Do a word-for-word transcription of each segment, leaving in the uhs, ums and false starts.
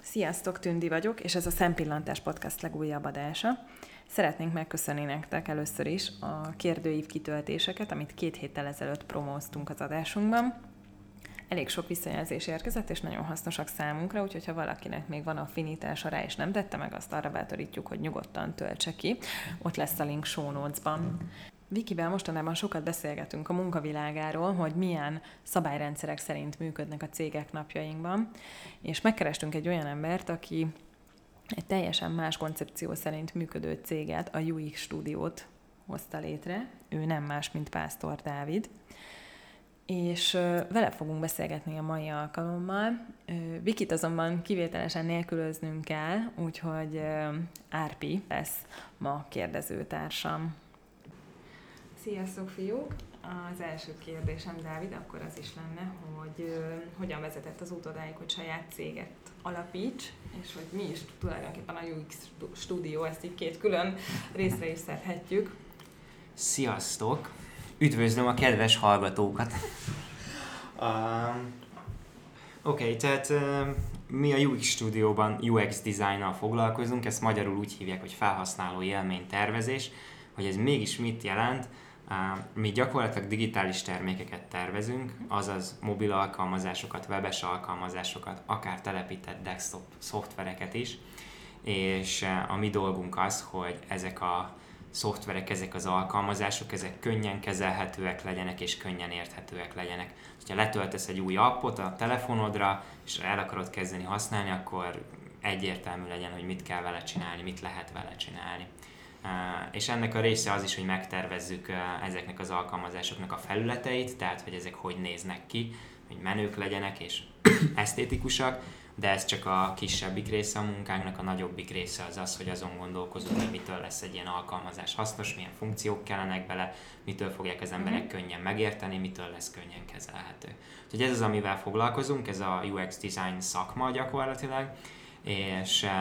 Sziasztok, Tündi vagyok, és ez a Szempillantás Podcast legújabb adása. Szeretnénk megköszönni nektek először is a kérdőív kitöltéseket, amit két héttel ezelőtt promóztunk az adásunkban. Elég sok visszajelzés érkezett, és nagyon hasznosak számunkra, úgyhogy ha valakinek még van affinitása rá, és nem tette meg, azt arra bátorítjuk, hogy nyugodtan töltse ki. Ott lesz a link show notes-ban. Vikivel mostanában sokat beszélgetünk a munkavilágáról, hogy milyen szabályrendszerek szerint működnek a cégek napjainkban, és megkerestünk egy olyan embert, aki egy teljesen más koncepció szerint működő céget, a u iksz stúdiót hozta létre. Ő nem más, mint Pásztor Dávid. És vele fogunk beszélgetni a mai alkalommal. Vikit azonban kivételesen nélkülöznünk kell, úgyhogy Árpi lesz ma kérdezőtársam. Sziasztok, fiúk! Az első kérdésem, Dávid, akkor az is lenne, hogy uh, hogyan vezetett az út odáig, hogy saját céget alapíts, és hogy mi is tulajdonképpen a u iksz stúdió, ezt így két külön részre is szedhetjük. Sziasztok! Üdvözlöm a kedves hallgatókat! um, Oké, okay, tehát uh, mi a u iksz stúdióban u iksz designnal foglalkozunk, ezt magyarul úgy hívják, hogy felhasználó élménytervezés. Hogy ez mégis mit jelent? Mi gyakorlatilag digitális termékeket tervezünk, azaz mobil alkalmazásokat, webes alkalmazásokat, akár telepített desktop szoftvereket is, és a mi dolgunk az, hogy ezek a szoftverek, ezek az alkalmazások, ezek könnyen kezelhetőek legyenek és könnyen érthetőek legyenek. Ha letöltesz egy új appot a telefonodra, és el akarod kezdeni használni, akkor egyértelmű legyen, hogy mit kell vele csinálni, mit lehet vele csinálni. Uh, és ennek a része az is, hogy megtervezzük uh, ezeknek az alkalmazásoknak a felületeit, tehát hogy ezek hogy néznek ki, hogy menők legyenek és esztétikusak, de ez csak a kisebbik része a munkánknak, a nagyobbik része az az, hogy azon gondolkozunk, hogy mitől lesz egy ilyen alkalmazás hasznos, milyen funkciók kellenek bele, mitől fogják az emberek mm-hmm. könnyen megérteni, mitől lesz könnyen kezelhető. Úgyhogy ez az, amivel foglalkozunk, ez a u iksz design szakma gyakorlatilag, és uh,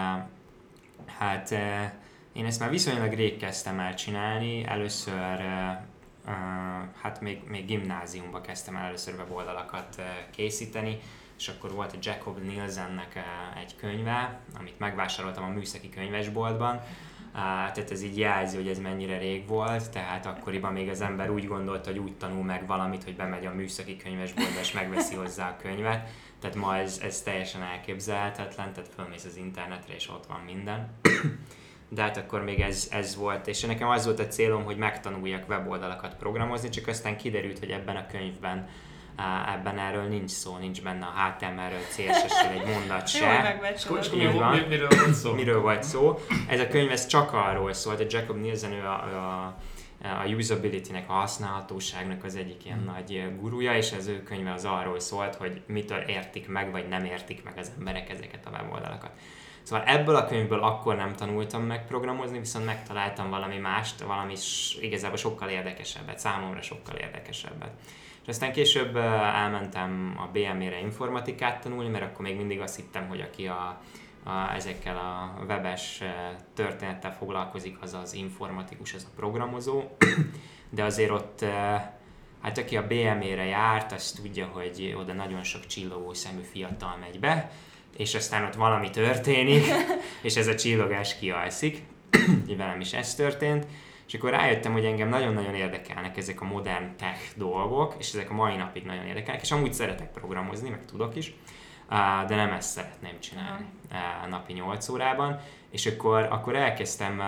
hát uh, én ezt már viszonylag rég kezdtem el csinálni, először, uh, uh, hát még, még gimnáziumban kezdtem el először weboldalakat uh, készíteni, és akkor volt a Jacob Nielsennek uh, egy könyve, amit megvásároltam a műszaki könyvesboltban, uh, tehát ez így jelzi, hogy ez mennyire rég volt, tehát akkoriban még az ember úgy gondolta, hogy úgy tanul meg valamit, hogy bemegy a műszaki könyvesboltba és megveszi hozzá a könyvet, tehát ma ez, ez teljesen elképzelhetetlen, tehát fölmész az internetre és ott van minden. De hát akkor még ez, ez volt, és nekem az volt a célom, hogy megtanuljak weboldalakat programozni, csak aztán kiderült, hogy ebben a könyvben ebben erről nincs szó, nincs benne a há té em el-ről, cé es es-ről egy mondat se. Jó, meg miről volt szó? Miről volt szó. Ez a könyv ez csak arról szólt, a Jacob Nielsen ő a, a, a usability-nek, a használhatóságnak az egyik ilyen hmm. nagy gurúja, és az ő könyve az arról szólt, hogy mitől értik meg, vagy nem értik meg az emberek ezeket a weboldalakat. Szóval ebből a könyvből akkor nem tanultam meg programozni, viszont megtaláltam valami mást, valami igazából sokkal érdekesebbet, számomra sokkal érdekesebbet. És aztán később elmentem a bé em é-re informatikát tanulni, mert akkor még mindig azt hittem, hogy aki a, a, ezekkel a webes történettel foglalkozik, az az informatikus, az a programozó. De azért ott, hát aki a bé em é-re járt, az tudja, hogy oda nagyon sok csillogó szemű fiatal megy be, és aztán ott valami történik, és ez a csillogás kialszik, így velem is ez történt, és akkor rájöttem, hogy engem nagyon-nagyon érdekelnek ezek a modern tech dolgok, és ezek a mai napig nagyon érdekelnek, és amúgy szeretek programozni, meg tudok is, de nem ezt szeretném csinálni a napi nyolc órában, és akkor, akkor elkezdtem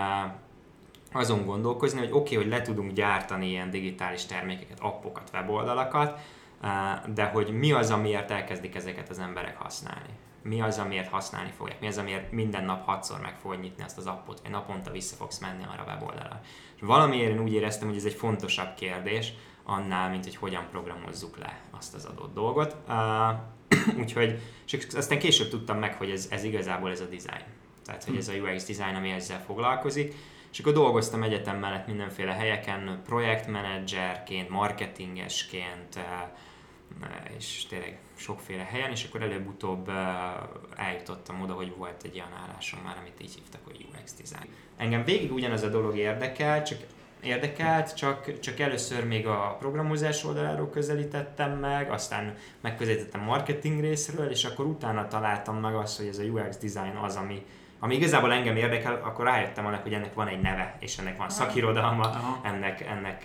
azon gondolkozni, hogy oké, okay, hogy le tudunk gyártani ilyen digitális termékeket, appokat, weboldalakat, de hogy mi az, amiért elkezdik ezeket az emberek használni. Mi az, amiért használni fogják, mi az, amiért minden nap hatszor meg fogod nyitni azt az appot, vagy naponta vissza fogsz menni arra a weboldalra. És valamiért én úgy éreztem, hogy ez egy fontosabb kérdés annál, mint hogy hogyan programozzuk le azt az adott dolgot. Uh, úgyhogy, és aztán később tudtam meg, hogy ez, ez igazából ez a design. Tehát, hogy ez a u iksz design, ami ezzel foglalkozik. És akkor dolgoztam egyetem mellett mindenféle helyeken, projektmenedzserként, marketingesként, és tényleg sokféle helyen, és akkor előbb-utóbb eljutottam oda, hogy volt egy olyan állásom már, amit így hívtak, hogy u iksz design. Engem végig ugyanaz a dolog érdekel, csak érdekelt, csak, csak először még a programozás oldaláról közelítettem meg, aztán megközelítettem marketing részről, és akkor utána találtam meg azt, hogy ez a u eksz design az, ami, ami igazából engem érdekel, akkor rájöttem annak, hogy ennek van egy neve, és ennek van szakirodalma, ennek, ennek,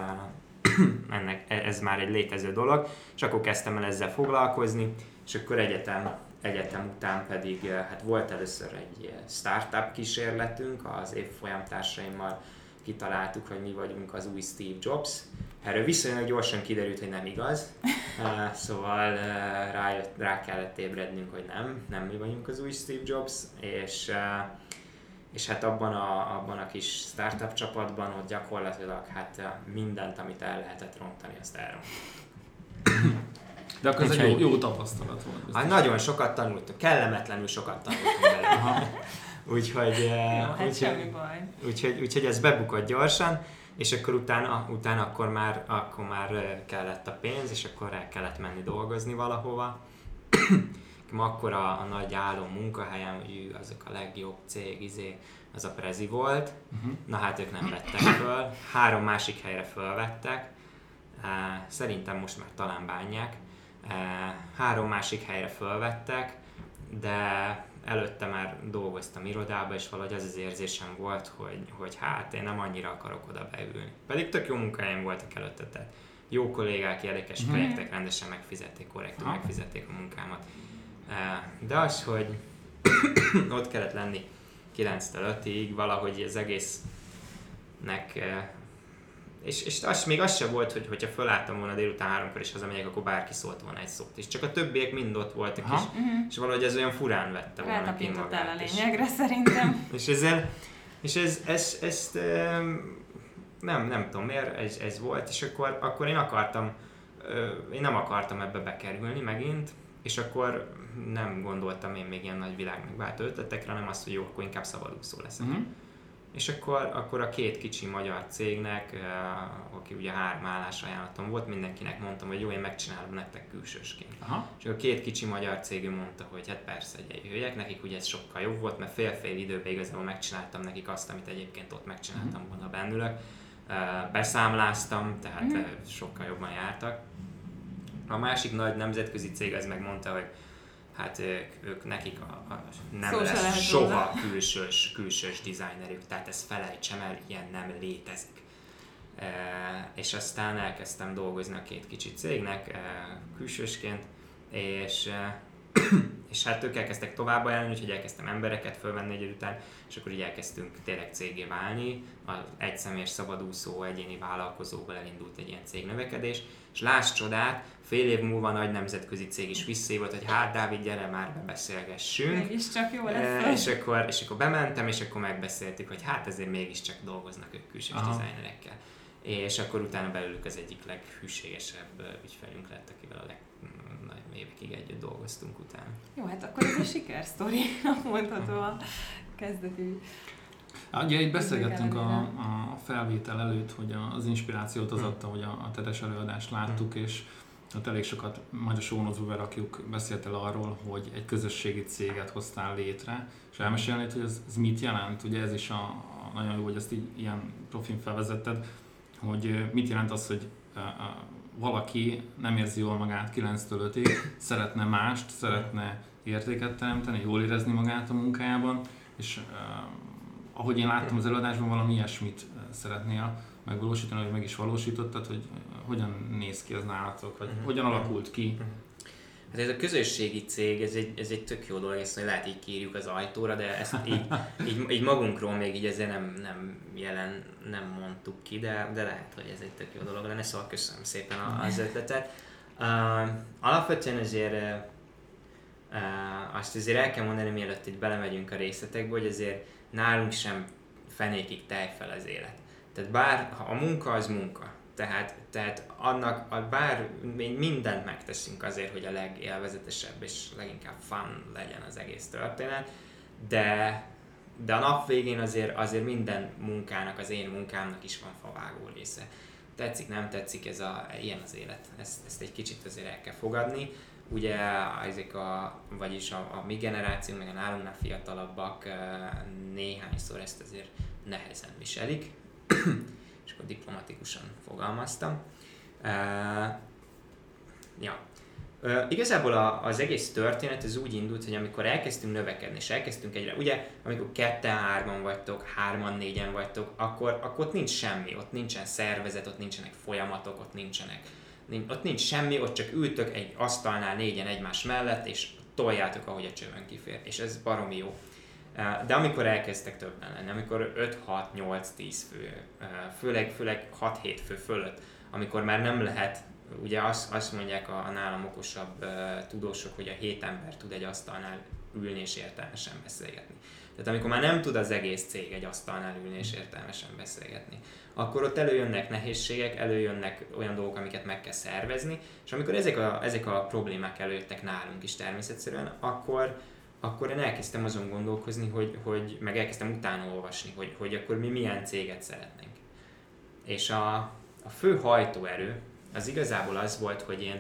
ennek ez már egy létező dolog, és akkor kezdtem el ezzel foglalkozni, és akkor egyetem, egyetem után pedig hát volt először egy startup kísérletünk, az évfolyam társaimmal kitaláltuk, hogy mi vagyunk az új Steve Jobs. Erről viszonylag gyorsan kiderült, hogy nem igaz, uh, szóval uh, rá, rá kellett ébrednünk, hogy nem, nem mi vagyunk az új Steve Jobs, és, uh, és hát abban a, abban a kis startup csapatban ott gyakorlatilag hát uh, mindent, amit el lehetett rontani, azt elrontani. De akkor ez egy jó, jó tapasztalat volt. Hát nagyon sokat tanultunk, kellemetlenül sokat tanultunk bele. Úgyhogy, jó, hát úgyhogy, úgyhogy, úgyhogy ez bebukott gyorsan, és akkor utána, utána akkor, már, akkor már kellett a pénz, és akkor el kellett menni dolgozni valahova. Akkor a, a nagy álom munkahelyem, hogy azok a legjobb cég, izé, az a Prezi volt. Uh-huh. Na hát ők nem vettek föl, három másik helyre fölvettek, szerintem most már talán bánják. Három másik helyre fölvettek, de előtte már dolgoztam irodába, és valahogy az az érzésem volt, hogy, hogy hát én nem annyira akarok oda beülni. Pedig tök jó munkahelyeim voltak előtte, tehát jó kollégák, érdekes mm-hmm. projektek, rendesen megfizették, korrektül megfizették a munkámat. De az, hogy ott kellett lenni kilenctől ötig, valahogy az egésznek... És, és az, még az sem volt, hogy hogyha fölálltam volna délután háromkor és hazamegyek, akkor bárki szólt volna egy szót is. Csak a többiek mind ott voltak is, uh-huh. és valahogy ez olyan furán vette volna ki magát. Rátapintottál a lényegre szerintem. És ezzel, és ez, ez, ezt nem, nem tudom miért, ez, ez volt, és akkor, akkor én akartam, én nem akartam ebbe bekerülni megint, és akkor nem gondoltam én még ilyen nagy világ megváltó ötletekre, hanem azt, hogy jó, akkor inkább szabadúszó leszek. Uh-huh. És akkor, akkor a két kicsi magyar cégnek, uh, aki ugye három állásajánlatom volt, mindenkinek mondtam, hogy jó, én megcsinálom nektek külsősként. Aha. És a két kicsi magyar cég mondta, hogy hát persze, hogy jöjjek, nekik ugye ez sokkal jobb volt, mert fél-fél időben igazából megcsináltam nekik azt, amit egyébként ott megcsináltam uh-huh. volna bennülök. Uh, beszámláztam, tehát uh-huh. sokkal jobban jártak. A másik nagy nemzetközi cég az megmondta, hogy hát ők, ők nekik a, a nem Szó lesz soha külsős, külsős designerük, tehát ezt felejtsem el, ilyen nem létezik. E, és aztán elkezdtem dolgozni a két kicsi cégnek e, külsősként, és, e, és hát ők elkezdtek tovább ajánlani, úgyhogy elkezdtem embereket fölvenni egy idő után, és akkor így elkezdtünk tényleg cégé válni. Az egyszemélyes szabadúszó egyéni vállalkozóval elindult egy ilyen cégnövekedés, és láss csodát, fél év múlva nagy nemzetközi cég is visszahívott, hogy hát Dávid, gyere már, beszélgessünk. Mégiscsak jó lesz. E, és, akkor, és akkor bementem, és akkor megbeszéltük, hogy hát ezért mégiscsak dolgoznak ők külsős designerekkel. És akkor utána belőlük az egyik leghűségesebb ügyfelünk lett, akivel a legnagyobb évekig együtt dolgoztunk utána. Jó, hát akkor ez a sikersztorinak mondható a kezdetű. Ugye itt beszélgettünk a, a felvétel előtt, hogy az inspirációt az adta, hogy a, a tedes előadást láttuk, és ott elég sokat, majd a show notes-ba berakjuk, beszéltél arról, hogy egy közösségi céget hoztál létre, és elmesélnéd, hogy ez, ez mit jelent? Ugye ez is a, a nagyon jó, hogy ezt így ilyen profin felvezetted, hogy mit jelent az, hogy a, a, valaki nem érzi jól magát kilenctől ötig, szeretne mást, szeretne értéket teremteni, jól érezni magát a munkájában, és uh, ahogy én láttam az előadásban, valami ilyesmit szeretnél megvalósítani, hogy meg is valósítottad, hogy hogyan néz ki az nálatok, vagy uh-huh. hogyan alakult ki? Uh-huh. Hát ez a közösségi cég, ez egy, ez egy tök jó dolog, ezt hogy lehet így kírjuk az ajtóra, de ezt így, így, így magunkról még így ezért nem, nem jelen, nem mondtuk ki, de, de lehet, hogy ez egy tök jó dolog lenne, szóval köszönöm szépen az ötletet. Uh, alapvetően azért uh, azt azért el kell mondani, mielőtt itt belemegyünk a részletekbe, hogy azért nálunk sem fenékig tejfel az élet. Tehát bár a munka az munka, tehát, tehát annak, a bár mindent megteszünk azért, hogy a legélvezetesebb és leginkább fun legyen az egész történet, de, de a nap végén azért, azért minden munkának, az én munkámnak is van favágó része. Tetszik, nem tetszik, ez a, ilyen az élet, ezt, ezt egy kicsit azért el kell fogadni. Ugye ezek a, vagyis a, a mi generációnk, meg a nálunál fiatalabbak néhányszor ezt azért nehezen viselik. és akkor diplomatikusan fogalmaztam. Uh, ja. Uh, igazából a, az egész történet az úgy indult, hogy amikor elkezdtünk növekedni, és elkezdtünk egyre, ugye, amikor ketten, hárman vagytok, hárman, négyen vagytok, akkor, akkor ott nincs semmi, ott nincsen szervezet, ott nincsenek folyamatok, ott nincsenek, nincs, ott nincs semmi, ott csak ültök egy asztalnál négyen egymás mellett, és toljátok, ahogy a csövön kifér, és ez baromi jó. Uh, de amikor elkezdtek többen lenni, amikor öt, hat, nyolc, tíz fő, uh, főleg, főleg hat-hét fő fölött, amikor már nem lehet, ugye azt, azt mondják a, a nálam okosabb uh, tudósok, hogy a hét ember tud egy asztalnál ülni és értelmesen beszélgetni. Tehát amikor már nem tud az egész cég egy asztalnál ülni és értelmesen beszélgetni, akkor ott előjönnek nehézségek, előjönnek olyan dolgok, amiket meg kell szervezni, és amikor ezek a, ezek a problémák előjöttek nálunk is természetszerűen, akkor, akkor én elkezdtem azon gondolkozni, hogy, hogy meg elkezdtem utána olvasni, hogy, hogy akkor mi milyen céget szeretnénk. És a, a fő hajtóerő az igazából az volt, hogy én,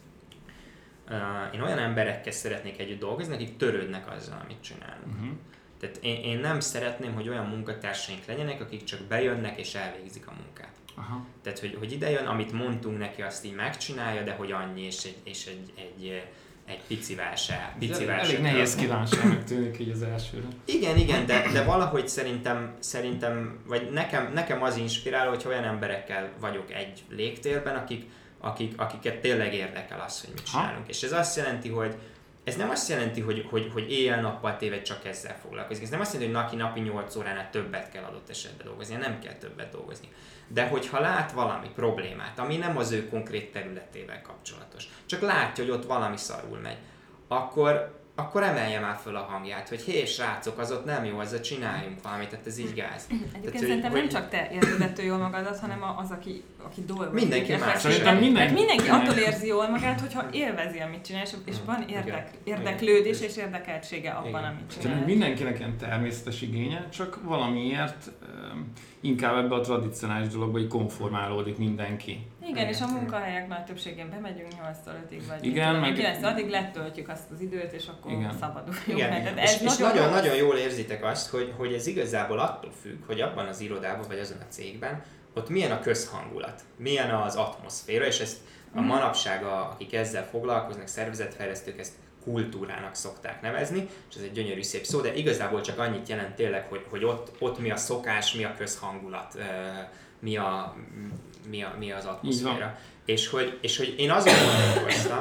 uh, én olyan emberekkel szeretnék együtt dolgozni, akik törődnek azzal, amit csinálunk. Uh-huh. Tehát én, én nem szeretném, hogy olyan munkatársaink legyenek, akik csak bejönnek és elvégzik a munkát. Aha. Tehát, hogy, hogy ide jön, amit mondtunk neki, azt így megcsinálja, de hogy annyi, és egy, és egy, egy, egy picivel se. Picivel elég nehéz kívánságnak tűnik így az elsőre. Igen, igen, de, de valahogy szerintem, szerintem, vagy nekem, nekem az inspiráló, hogy olyan emberekkel vagyok egy légtérben, akik, akik, akiket tényleg érdekel az, hogy mit csinálunk. Ha? És ez azt jelenti, hogy Ez nem azt jelenti, hogy, hogy, hogy éjjel-nappal téved csak ezzel foglalkozik. Ez nem azt jelenti, hogy napi, napi nyolc óránál többet kell adott esetben dolgozni, nem kell többet dolgozni. De hogyha lát valami problémát, ami nem az ő konkrét területével kapcsolatos, csak látja, hogy ott valami szarul megy, akkor, akkor emelje már föl a hangját, hogy hé, srácok, az ott nem jó, azzal csináljunk valamit, tehát ez így gáz. Egyébként tehát, szerintem hogy, nem csak te érzed ettől jól magadat, hanem az, aki, aki dolgozik. Mindenki más. Szerintem mindenki, mindenki attól érzi jól magát, hogyha élvezi, amit csinál, és van érdek, érdeklődés és érdekeltsége abban, igen, amit csinál. Szerintem mindenkinek ilyen természetes igénye, csak valamiért inkább ebbe a tradicionális dologba így konformálódik mindenki. Igen, és a munkahelyek nagy többségén bemegyünk nyolctól ötig, vagy igen, meg kilenctől addig letöltjük azt az időt, és akkor igen, szabadulunk. Igen, mert és, ez és nagyon, nagyon, nagyon jól érzitek azt, hogy, hogy ez igazából attól függ, hogy abban az irodában, vagy azon a cégben, ott milyen a közhangulat, milyen az atmoszféra, és ezt a manapság, a, akik ezzel foglalkoznak, szervezetfejlesztők, ezt kultúrának szokták nevezni, és ez egy gyönyörű szép szó, de igazából csak annyit jelent tényleg, hogy, hogy ott, ott mi a szokás, mi a közhangulat, mi, a, mi, a, mi az atmoszféra. És hogy, és hogy én azon gondolkoztam,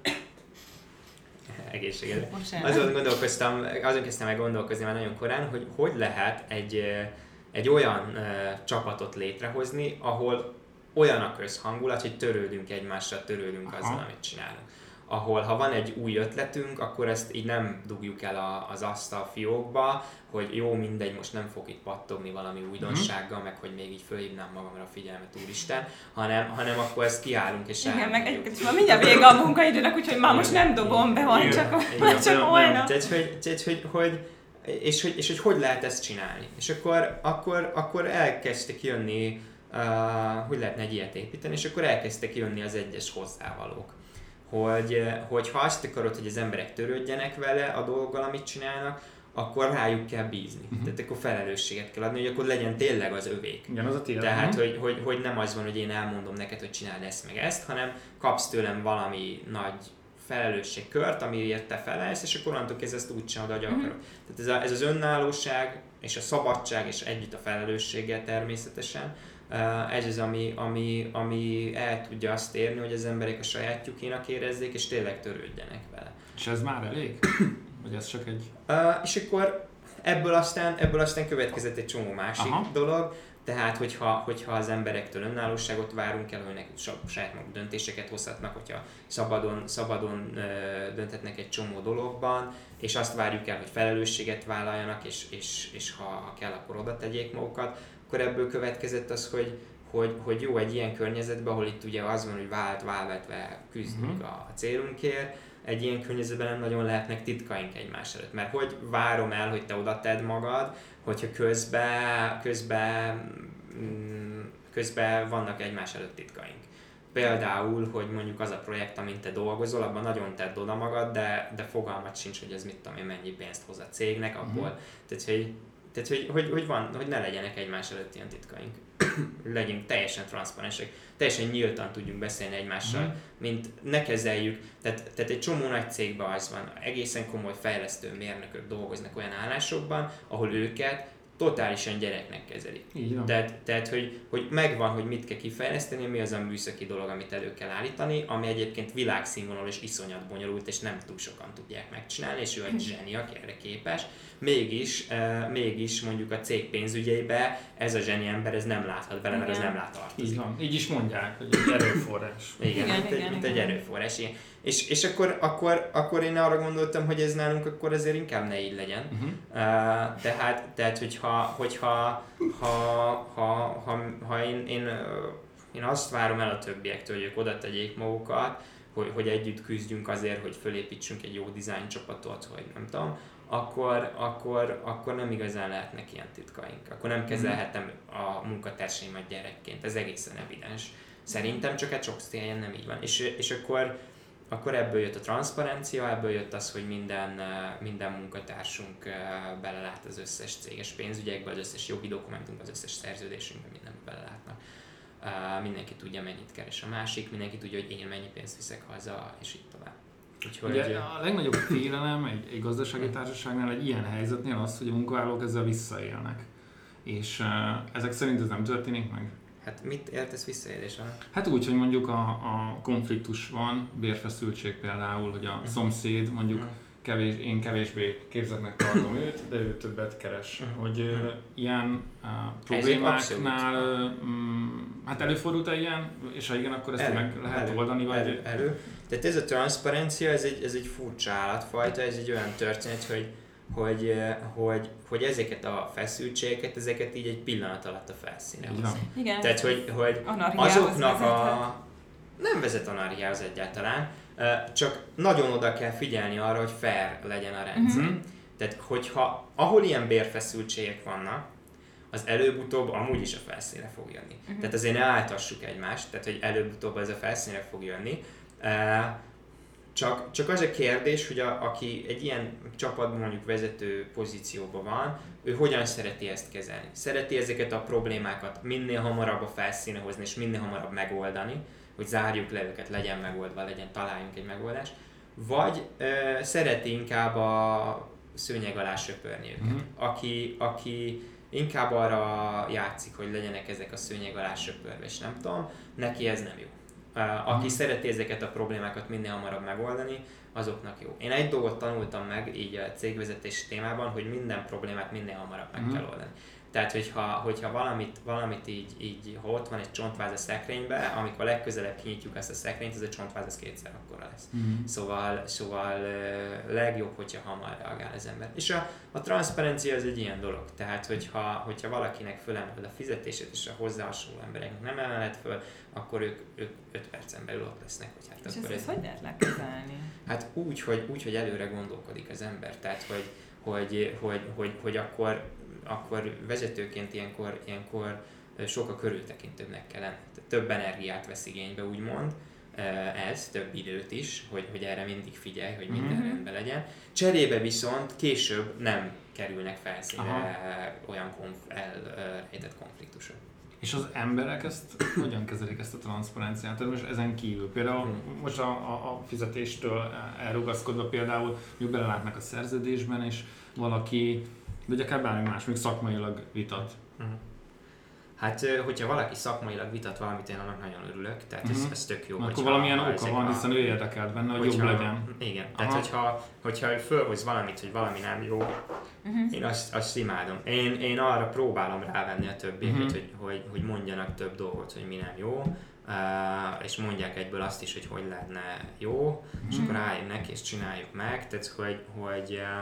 egészségedre, azon gondolkoztam, azon kezdtem meg gondolkozni már nagyon korán, hogy hogy lehet egy, egy olyan csapatot létrehozni, ahol olyan a közhangulat, hogy törődünk egymással, törődünk azzal, aha, amit csinálunk. Ahol ha van egy új ötletünk, akkor ezt így nem dugjuk el a, az asztal fiókba, hogy jó, mindegy, most nem fog itt pattogni valami újdonsággal, meg hogy még így fölhívnám magamra a figyelmet, úristen, hanem, hanem akkor ezt kiállunk és igen, meg egyébként is már mindjárt vége a munkaidőnek, úgyhogy már most nem dobom be, van csak, igen, csak holnap. Tehát, hogy, tehát, hogy, hogy, és, hogy, és hogy hogy lehet ezt csinálni. És akkor, akkor, akkor elkezdtek jönni, uh, hogy lehetne egy ilyet építeni, és akkor elkezdtek jönni az egyes hozzávalók. Hogy, hogy ha azt akarod, hogy az emberek törődjenek vele a dolggal, amit csinálnak, akkor rájuk kell bízni. Uh-huh. Tehát akkor felelősséget kell adni, hogy akkor legyen tényleg az övék. Igen, az a tiéd. Tehát, uh-huh, hogy, hogy, hogy nem az van, hogy én elmondom neked, hogy csináld ezt meg ezt, hanem kapsz tőlem valami nagy felelősségkört, amiért te felelsz, és akkor onnantól kezdve ezt úgy csinálod, ahogy uh-huh, akarod. Tehát ez, a, ez az önállóság, és a szabadság, és együtt a felelősséggel természetesen, ez az, ami, ami, ami el tudja azt érni, hogy az emberek a sajátjukénak érezzék, és tényleg törődjenek vele. És ez már elég? Vagy ez csak egy... Uh, és akkor ebből aztán, ebből aztán következett egy csomó másik, aha, dolog, tehát hogyha, hogyha az emberektől önállóságot várunk el, hogy nekik saját maguk döntéseket hozhatnak, hogyha szabadon, szabadon uh, dönthetnek egy csomó dologban, és azt várjuk el, hogy felelősséget vállaljanak, és, és, és ha, ha kell, akkor oda tegyék magukat, akkor ebből következett az, hogy, hogy, hogy jó egy ilyen környezetben, ahol itt ugye az van, hogy vált, válvetve küzdünk uh-huh, a célunkért, egy ilyen környezetben nem nagyon lehetnek titkaink egymás előtt. Mert hogy várom el, hogy te oda tedd magad, hogyha közben, közben, közben vannak egymás előtt titkaink. Például, hogy mondjuk az a projekt, amint te dolgozol, abban nagyon tedd oda magad, de, de fogalmat sincs, hogy ez mit tudom én, mennyi pénzt hoz a cégnek, abból, uh-huh, tehát hogy Tehát, hogy, hogy, hogy, van, hogy ne legyenek egymás előtt ilyen titkaink. Legyünk teljesen transzparensek, teljesen nyíltan tudjunk beszélni egymással, mm. mint ne kezeljük. Tehát, tehát egy csomó nagy cégben az van, egészen komoly fejlesztő mérnökök dolgoznak olyan állásokban, ahol őket totálisan gyereknek kezelik. Tehát, tehát hogy, hogy megvan, hogy mit kell kifejleszteni, mi az a műszaki dolog, amit elő kell állítani, ami egyébként világszínvonalú és iszonyat bonyolult, és nem túl sokan tudják megcsinálni, és ő egy zseni, aki erre képes. Mégis, uh, mégis mondjuk a cég pénzügyeibe ez a zseni ember ez nem láthat bele, mert ez nem lát tartozik. Így van. Így is mondják, hogy egy erőforrás. Igen, igen, mint, igen, mint igen. egy erőforrás. Igen. És, és akkor, akkor, akkor én arra gondoltam, hogy ez nálunk akkor azért inkább ne így legyen. Uh-huh. Uh, tehát, tehát, hogyha, hogyha ha, ha, ha, ha én, én, én azt várom el a többiektől, hogy ők oda tegyék magukat, hogy, hogy együtt küzdjünk azért, hogy fölépítsünk egy jó design csapatot, hogy nem tudom, akkor, akkor, akkor nem igazán lehetnek ilyen titkaink. Akkor nem kezelhetem a munkatársaimat gyerekként. Ez egészen evidens. Szerintem csak egy sok helyen nem így van. És, és akkor, akkor ebből jött a transzparencia, ebből jött az, hogy minden, minden munkatársunk belelát az összes céges pénzügyekbe, az összes jogi dokumentumba, az összes szerződésünkbe, mindenbe belelátnak. Uh, mindenki tudja, mennyit keres a másik, mindenki tudja, hogy én mennyi pénzt viszek haza, és így tovább. Úgyhogy ugye a legnagyobb félelem egy, egy gazdasági társaságnál egy ilyen helyzetnél az, hogy a munkavállalók ezzel visszaélnek. És uh, ezek szerint ez nem történik meg? Hát mit értesz visszaéléssel? Hát úgy, hogy mondjuk a, a konfliktus van, bérfeszültség például, hogy a uh-huh. szomszéd mondjuk uh-huh. kevés, én kevésbé képzettnek tartom őt, de ő többet keres. Uh-huh. Hogy uh, ilyen uh, problémáknál, um, hát előfordult-e ilyen, és ha igen, akkor ezt elő, meg lehet elő, oldani? Vagy... Elő, elő. Tehát ez a transzparencia, ez egy, ez egy furcsa állatfajta, ez egy olyan történet, hogy, hogy, hogy, hogy ezeket a feszültségeket, ezeket így egy pillanat alatt a felszínre hozni. Igen. Tehát, hogy, hogy azoknak a... Nem vezet anarchiához egyáltalán, csak nagyon oda kell figyelni arra, hogy fair legyen a rendszer. Uh-huh. Tehát, hogyha ahol ilyen bérfeszültségek vannak, az előbb-utóbb amúgy is a felszínre fog jönni. Uh-huh. Tehát azért ne áltassuk egymást, tehát hogy előbb-utóbb ez a felszínre fog jönni. Csak, csak az a kérdés, hogy a, aki egy ilyen csapatban mondjuk vezető pozícióban van, ő hogyan szereti ezt kezelni. Szereti ezeket a problémákat minél hamarabb a felszínre hozni, és minél hamarabb megoldani, hogy zárjuk le őket, legyen megoldva, legyen, találjunk egy megoldást. Vagy ö, szereti inkább a szőnyeg alá söpörni őket. Mm-hmm. Aki, aki inkább arra játszik, hogy legyenek ezek a szőnyeg alá söpörve, és nem tudom, neki ez nem jó. Uh, aki mm. szereti ezeket a problémákat minél hamarabb megoldani, azoknak jó. Én egy dolgot tanultam meg így a cégvezetés témában, hogy minden problémát minél hamarabb meg mm. kell oldani. Tehát, hogyha, hogyha valamit, valamit így, így, ha ott van egy csontváz a szekrénybe, amikor legközelebb kinyitjuk ezt a szekrényt, az a csontváz az kétszer akkora lesz. Mm. Szóval, szóval legjobb, hogyha hamar reagál az ember. És a, a transzparencia az egy ilyen dolog. Tehát, hogyha, hogyha valakinek fölemeled a fizetését, és a hozzá hasonló embereknek nem emeled föl, akkor ők, ők öt percen belül ott lesznek. Hogy hát és akkor ezt ez hogy lehet lekezelni? Hát úgy hogy, úgy, hogy előre gondolkodik az ember. Tehát, hogy, hogy, hogy, hogy, hogy akkor akkor vezetőként ilyenkor, ilyenkor sokkal körültekintőbbnek kell lenni. Több energiát vesz igénybe, úgymond, ez, több időt is, hogy, hogy erre mindig figyelj, hogy minden mm-hmm. rendben legyen. Cserébe viszont később nem kerülnek felszínre Aha. olyan konf- elrejtett konfliktusok. És az emberek ezt hogyan kezelik, ezt a transzparenciát? Tehát most ezen kívül, például hmm. most a, a, a fizetéstől elrugaszkodva például, hogy belelátnak a szerződésben, és valaki, de akár bármi más, még szakmailag vitat. Hmm. Hát, hogyha valaki szakmailag vitat valamit, én annak nagyon örülök, tehát ez, ez tök jó. Na, akkor valamilyen oka van, hiszen ő érdekelt benne, hogy hogyha, jobb legyen. Igen, Aha. tehát hogyha, hogyha ő fölhoz valamit, hogy valami nem jó, uh-huh. én azt, azt imádom. Én, én arra próbálom rávenni a többieket, uh-huh. hogy, hogy, hogy mondjanak több dolgot, hogy mi nem jó, uh, és mondják egyből azt is, hogy hogy lehetne jó, uh-huh. és akkor álljunk neki és csináljuk meg, tehát hogy, hogy, uh,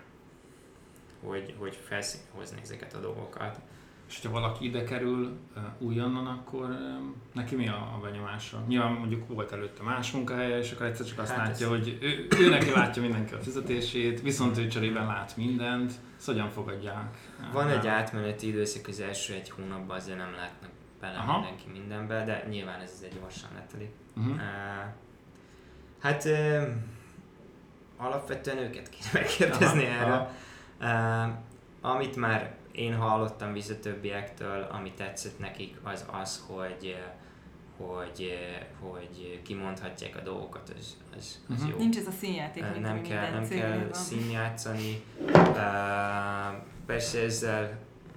hogy, hogy felszínre hozni ezeket a dolgokat. És ha valaki ide kerül uh, újonnan, akkor um, neki mi a, a benyomása? Nyilván mondjuk volt előtte más munkahelye, és akkor egyszer csak azt hát látja, ez... hogy ő, ő neki látja mindenki a fizetését, viszont ő cserében lát mindent, ezt hogyan fogadják? Van egy átmeneti időszak, az első egy hónapban azért nem látnak bele Aha. mindenki mindenbe, de nyilván ez azért gyorsan letelik. Uh-huh. Uh, hát uh, alapvetően őket kéne megkérdezni Aha. erre. Uh, amit már én hallottam vissza többiektől, ami tetszett nekik, az az, hogy hogy, hogy kimondhatják a dolgokat, az, az, az uh-huh. jó. Nincs ez a színjáték, mint nem kell, nem kell színjátszani. Persze ezzel,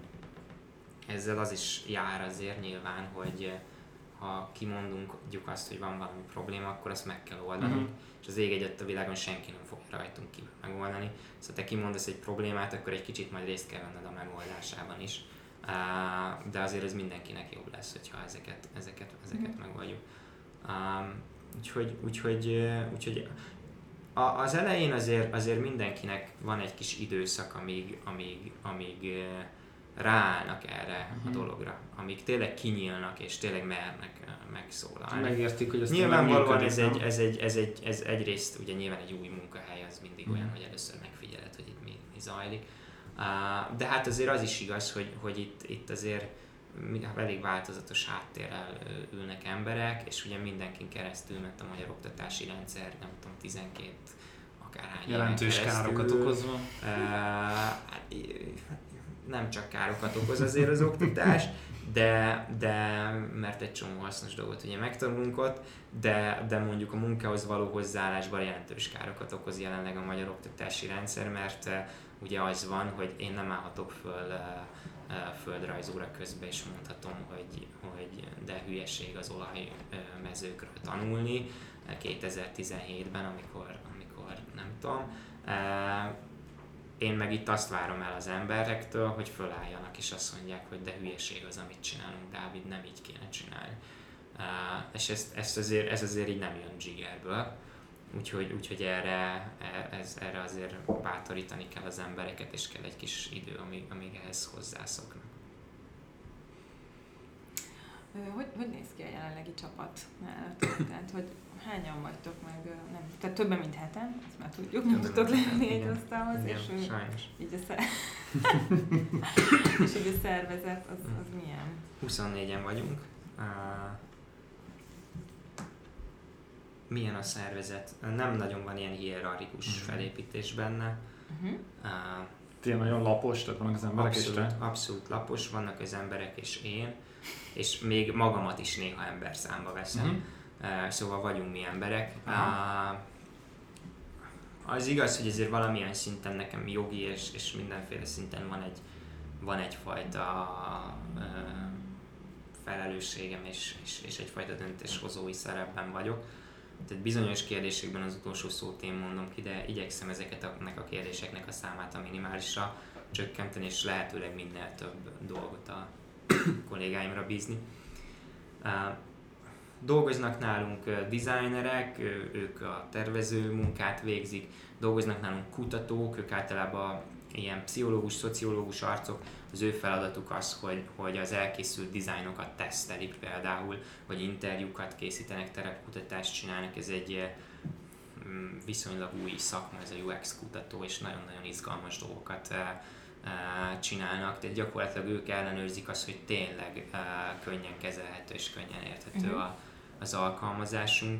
ezzel az is jár azért nyilván, hogy ha kimondunk azt, hogy van valami probléma, akkor azt meg kell oldanunk, uh-huh. és az ég egyet a világon senki nem fogja rajtunk kívül megoldani. Szóval te kimondasz egy problémát, akkor egy kicsit majd részt kell venned a megoldásában is. Uh, de azért ez mindenkinek jobb lesz, hogyha ezeket, ezeket, ezeket mm. megoldjuk. Um, úgyhogy, úgyhogy, úgyhogy a, az elején azért, azért mindenkinek van egy kis időszak, amíg, amíg, amíg ráállnak erre mm. a dologra, amíg tényleg kinyílnak és tényleg mernek megszólalni. Megértik, hogy ezt nyilvánvalóan ez, egy, ez, egy, ez, egy, ez egyrészt ugye nyilván egy új munkahely, az mindig mm. olyan, hogy először megfigyeled, hogy itt mi, mi zajlik. Uh, de hát azért az is igaz, hogy, hogy itt, itt azért elég változatos háttérrel ülnek emberek, és ugye mindenkin keresztül ment a magyar oktatási rendszer, nem tudom, tizenkét akárhány jelentős károkat okozva. Uh, nem csak károkat okoz azért az oktatás, de, de mert egy csomó hasznos dolgot ugye megtanulunk ott, de, de mondjuk a munkához való hozzáállásban jelentős károkat okoz jelenleg a magyar oktatási rendszer, mert ugye az van, hogy én nem állhatok föl uh, földrajzóra közben, és mondhatom, hogy, hogy de hülyeség az olajmezőkről tanulni kétezer-tizenhétben, amikor, amikor nem tudom. Uh, én meg itt azt várom el az emberektől, hogy fölálljanak és azt mondják, hogy de hülyeség az, amit csinálunk, Dávid, nem így kéne csinálni. Uh, és ezt, ezt azért, ez azért így nem jön zsigerből. Úgyhogy, úgyhogy erre, ez, erre azért bátorítani kell az embereket, és kell egy kis idő, amíg, amíg ehhez hozzászoknak. Hogy, hogy néz ki a jelenlegi csapat nálatok? Tehát, hogy hányan vagytok meg? Nem, tehát többen, mint heten, ezt már tudjuk, nem tudtok lenni egy asztalhoz. Igen, és sajnos. Így a, szer... és így a szervezet, az, az milyen? huszonnégyen vagyunk. Uh, milyen a szervezet? Nem nagyon van ilyen hierarchikus uh-huh. felépítés benne. Uh-huh. Uh, Tényleg nagyon lapos, tehát vannak az emberek abszolút, és te? Abszolút lapos, vannak az emberek és én, és még magamat is néha ember számba veszem. Uh-huh. Uh, szóval vagyunk mi emberek. Uh-huh. Uh, az igaz, hogy ezért valamilyen szinten nekem jogi és, és mindenféle szinten van, egy, van egyfajta uh, felelősségem és, és, és egyfajta döntéshozói szerepben vagyok. Tehát bizonyos kérdésekben az utolsó szót én mondom ki, de igyekszem ezeket a, a kérdéseknek a számát a minimálisra csökkenteni, és lehetőleg minél több dolgot a kollégáimra bízni. Uh, dolgoznak nálunk uh, designerek, ő, ők a tervező munkát végzik, dolgoznak nálunk kutatók, ők általában ilyen pszichológus, szociológus arcok, az ő feladatuk az, hogy, hogy az elkészült dizájnokat tesztelik például, vagy interjúkat készítenek, terepkutatást csinálnak, ez egy viszonylag új szakma, ez a u exi kutató, és nagyon-nagyon izgalmas dolgokat csinálnak, tehát gyakorlatilag ők ellenőrzik azt, hogy tényleg könnyen kezelhető és könnyen érthető uh-huh. a, az alkalmazásunk.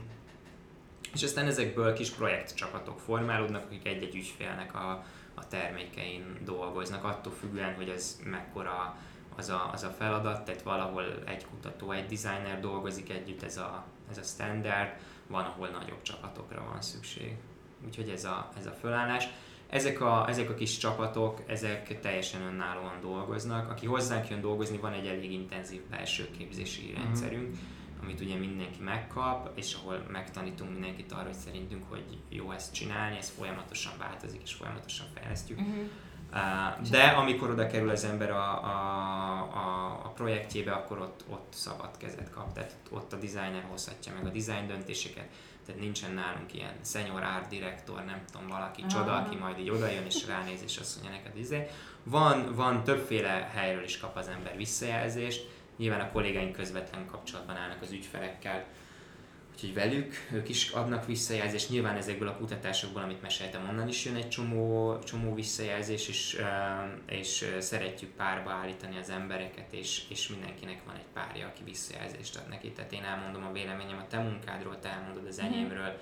És aztán ezekből kis projektcsapatok formálódnak, akik egy-egy ügyfélnek a a termékein dolgoznak, attól függően, hogy ez mekkora az a, az a feladat, tehát valahol egy kutató, egy designer dolgozik együtt, ez a, ez a standard, van, ahol nagyobb csapatokra van szükség. Úgyhogy ez a, ez a fölállás. Ezek a, ezek a kis csapatok, ezek teljesen önállóan dolgoznak. Aki hozzánk jön dolgozni, van egy elég intenzív belső képzési mm-hmm. rendszerünk, amit ugye mindenki megkap, és ahol megtanítunk mindenkit arra, hogy szerintünk, hogy jó ezt csinálni, ez folyamatosan változik, és folyamatosan fejlesztjük. Uh-huh. Uh, de amikor oda kerül az ember a, a, a, a projektjébe, akkor ott, ott szabad kezet kap, tehát ott a designer hozhatja meg a design döntéseket, tehát nincsen nálunk ilyen senior art director, nem tudom, valaki uh-huh. csoda, aki majd így odajön és ránéz, és azt mondja neked, izé. Van, van többféle helyről is kap az ember visszajelzést. Nyilván a kollégáink közvetlen kapcsolatban állnak az ügyfelekkel, úgyhogy velük, ők is adnak visszajelzést. Nyilván ezekből a kutatásokból, amit meséltem, onnan is jön egy csomó, csomó visszajelzés, és, és szeretjük párba állítani az embereket, és, és mindenkinek van egy párja, aki visszajelzést ad neki. Tehát én elmondom a véleményem a te munkádról, te elmondod az enyémről,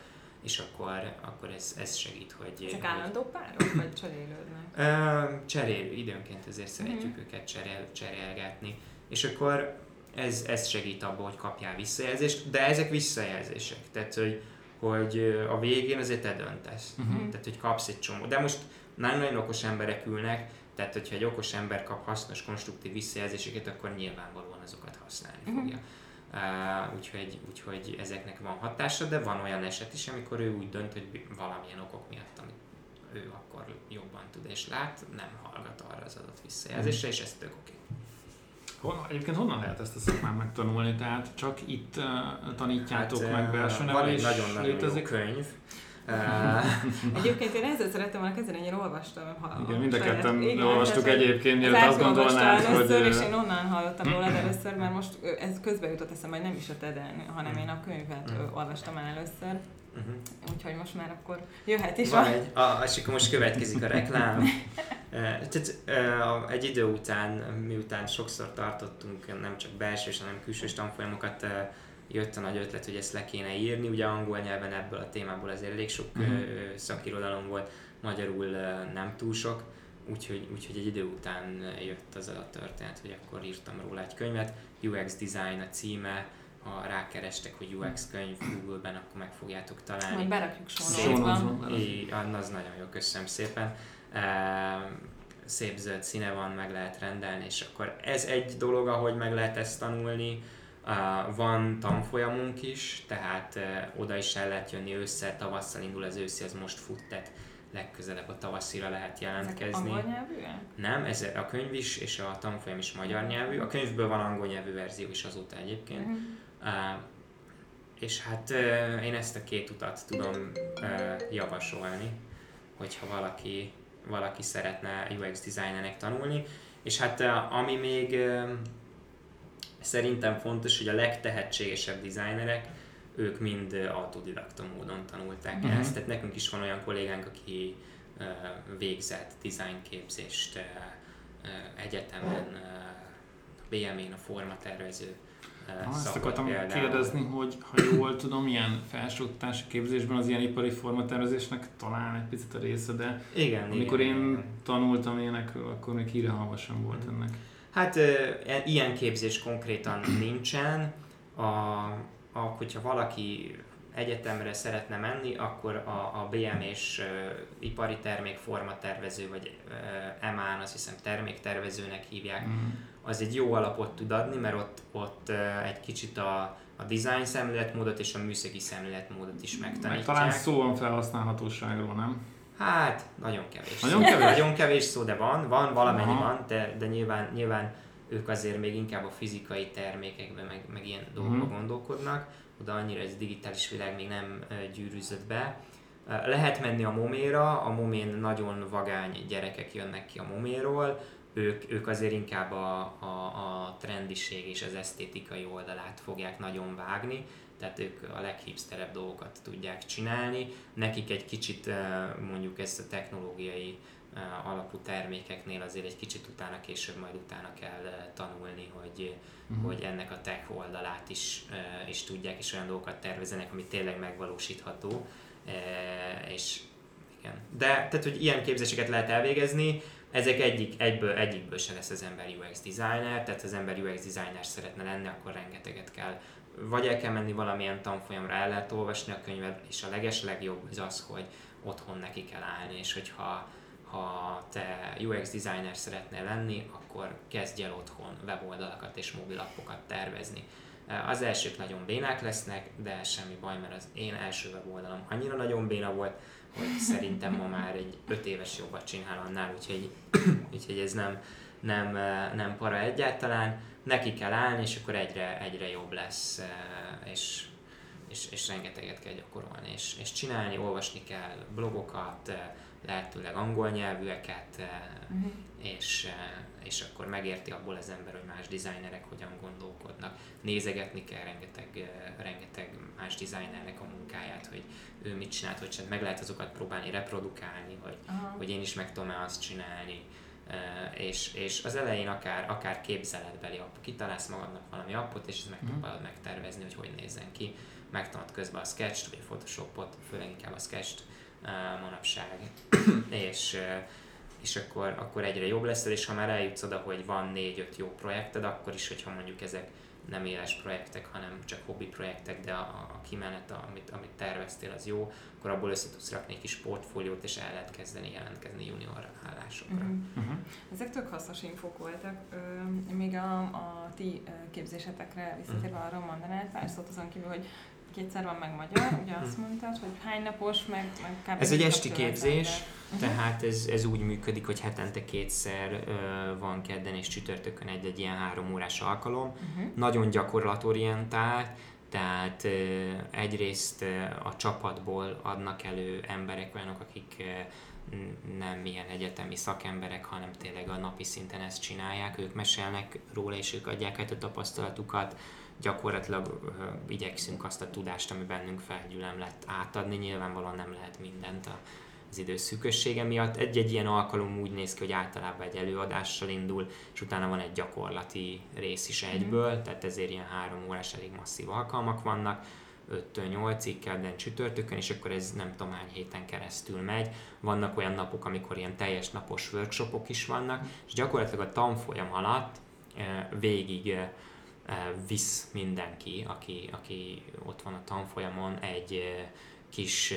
és akkor, akkor ez, ez segít, hogy... Ezek állandó párok, vagy cserélődnek? Uh, cserél, időnként ezért szeretjük mm-hmm. őket cserél, cserélgetni. És akkor ez, ez segít abban, hogy kapjál visszajelzést, de ezek visszajelzések, tehát hogy, hogy a végén azért te döntesz, mm-hmm. tehát hogy kapsz egy csomó. De most nagyon-nagyon okos emberek ülnek, tehát hogyha egy okos ember kap hasznos, konstruktív visszajelzéseket, akkor nyilvánvalóan azokat használni mm-hmm. fogja. Uh, úgyhogy, úgyhogy ezeknek van hatása, de van olyan eset is, amikor ő úgy dönt, hogy valamilyen okok miatt, amit ő akkor jobban tud és lát, nem hallgat arra az adott visszajelzésre, és ez tök oké. Honnan, egyébként honnan lehet ezt a szakmát megtanulni? Tehát csak itt uh, tanítjátok hát, meg belső nevelés? Van egy nagyon-nagyon jó könyv. Egyébként én ezzel szerettem volna kezdeni, én olvastam. Ha, igen, mind a ketten olvastuk egyébként, mielőtt azt gondolnád, hogy... Először, és én onnan hallottam róla először, mert most ez közben jutott eszembe, hogy nem is a TED-en, hanem én a könyvet uh-huh. olvastam el először. Uh-huh. Úgyhogy most már akkor jöhet is. Van egy, a, és akkor most következik a reklám. Tehát egy idő után, miután sokszor tartottunk nem csak belsős, hanem külsős tanfolyamokat, jött a nagy ötlet, hogy ezt le kéne írni. Ugye angol nyelven ebből a témából azért elég sok uh-huh. szakirodalom volt, magyarul nem túl sok, úgyhogy, úgyhogy egy idő után jött az a történet, hogy akkor írtam róla egy könyvet. u eksz Design a címe, ha rákerestek, hogy u eksz könyv Google-ben, akkor meg fogjátok találni. Majd berakjuk sonozban. Az nagyon jó, köszönöm szépen. Szép zöld színe van, meg lehet rendelni, és akkor ez egy dolog, ahogy meg lehet ezt tanulni. Uh, van tanfolyamunk is, tehát uh, oda is el lehet jönni ősszel, tavasszal indul az őszi, az most fut, tehát legközelebb a tavasszira lehet jelentkezni. Ezek angol nyelvűek? Nem, ez a könyv is, és a tanfolyam is magyar nyelvű. A könyvből van angol nyelvű verzió is azóta egyébként. Uh-huh. Uh, és hát uh, én ezt a két utat tudom uh, javasolni, hogyha valaki, valaki szeretne u eksz designernek tanulni. És hát uh, ami még uh, szerintem fontos, hogy a legtehetségesebb designerek, ők mind autodidakta módon tanulták uh-huh. ezt. Tehát nekünk is van olyan kollégánk, aki uh, végzett designképzést uh, uh, egyetemen, uh, bé em én a formatervező uh, ah, ezt akartam például kérdezni, hogy ha jól tudom, ilyen felsőoktatási képzésben az ilyen ipari formatervezésnek talán egy picit a része, de igen, amikor igen, én igen. tanultam énekről, akkor még hírehalva sem volt ennek. Hát e, ilyen képzés konkrétan nincsen. A, a, hogyha valaki egyetemre szeretne menni, akkor a, a bé em és e, ipari termékformatervező, vagy e, em á-n, azt hiszem terméktervezőnek hívják, mm. az egy jó alapot tud adni, mert ott, ott e, egy kicsit a, a design szemléletmódot és a műszaki szemléletmódot is megtanítják. Meg talán szó van felhasználhatóságról, nem? Hát, nagyon kevés. Nagyon kevés? Nagyon kevés szó, de van, van, valamennyi Aha. van, de, de nyilván, nyilván ők azért még inkább a fizikai termékekben, meg, meg ilyen dolgokban uh-huh. gondolkodnak, oda annyira ez digitális világ még nem gyűrűzött be. Lehet menni a moméra, a momén nagyon vagány gyerekek jönnek ki a moméról, ők, ők azért inkább a, a, a trendiség és az esztétikai oldalát fogják nagyon vágni, tehát ők a leghipsterebb dolgokat tudják csinálni. Nekik egy kicsit mondjuk ezt a technológiai alapú termékeknél azért egy kicsit utána, később majd utána kell tanulni, hogy, uh-huh. hogy ennek a tech oldalát is, is tudják, és olyan dolgokat tervezenek, ami tényleg megvalósítható. És igen. De tehát, hogy ilyen képzéseket lehet elvégezni, ezek egyik, egyből, egyikből se lesz az ember u eksz designer, tehát az ember u eksz designer szeretne lenni, akkor rengeteget kell, vagy el kell menni valamilyen tanfolyamra, el lehet olvasni a könyvet, és a legeslegjobb az az, hogy otthon neki kell állni, és hogyha ha te u eksz designer szeretnél lenni, akkor kezdj el otthon weboldalakat és mobilappokat tervezni. Az elsők nagyon bénák lesznek, de semmi baj, mert az én első weboldalom annyira nagyon béna volt, hogy szerintem ma már egy öt éves jobbat csinál annál, úgyhogy, úgyhogy ez nem, nem, nem para egyáltalán. Neki kell állni, és akkor egyre, egyre jobb lesz, és, és, és rengeteget kell gyakorolni, és, és csinálni, olvasni kell blogokat, lehetőleg angol nyelvűeket, uh-huh. és, és akkor megérti abból az ember, hogy más designerek hogyan gondolkodnak. Nézegetni kell rengeteg, rengeteg más designernek a munkáját, hogy ő mit csinált, hogy sem meg lehet azokat próbálni reprodukálni, hogy, uh-huh. hogy én is meg tudom-e azt csinálni. és, és az elején akár, akár képzeletbeli app, kitalálsz magadnak valami appot, és ezt megpróbálod megtervezni, hogy hogy nézzen ki. Megtanulod közben a Sketch-t, vagy a Photoshopot, főleg inkább a Sketch-t manapság, és, és akkor, akkor egyre jobb lesz, és ha már eljutsz oda, hogy van négy-öt jó projekted, akkor is, hogyha mondjuk ezek nem éles projektek, hanem csak hobbi projektek, de a, a kimenet, amit, amit terveztél, az jó, akkor abból össze tudsz rakni egy kis portfóliót, és el lehet kezdeni jelentkezni junior állásokra. Uh-huh. Uh-huh. Ezek tök hasznos infók voltak. Ö, még a, a ti képzésetekre visszatérve uh-huh. arról mondanád pár szót azon kívül, hogy kétszer van meg magyar, ugye azt mondtad, hogy hány napos, meg, meg kb. Ez egy esti képzés, uh-huh. tehát ez, ez úgy működik, hogy hetente kétszer uh, van kedden és csütörtökön egy-egy ilyen három órás alkalom. Uh-huh. Nagyon gyakorlatorientált, tehát uh, egyrészt uh, a csapatból adnak elő emberek, olyanok, akik uh, nem ilyen egyetemi szakemberek, hanem tényleg a napi szinten ezt csinálják, ők mesélnek róla, és ők adják át a tapasztalatukat. Gyakorlatilag uh, igyekszünk azt a tudást, ami bennünk felgyülemlett, átadni. Nyilvánvalóan nem lehet mindent az idő szűkössége miatt. Egy-egy ilyen alkalom úgy néz ki, hogy általában egy előadással indul, és utána van egy gyakorlati rész is egyből, mm. tehát ezért ilyen három órás elég masszív alkalmak vannak, öttől nyolcig kedden csütörtökön, és akkor ez nem tudom hány héten keresztül megy. Vannak olyan napok, amikor ilyen teljes napos workshopok is vannak, és gyakorlatilag a tanfolyam alatt uh, végig uh, visz mindenki, aki, aki ott van a tanfolyamon egy kis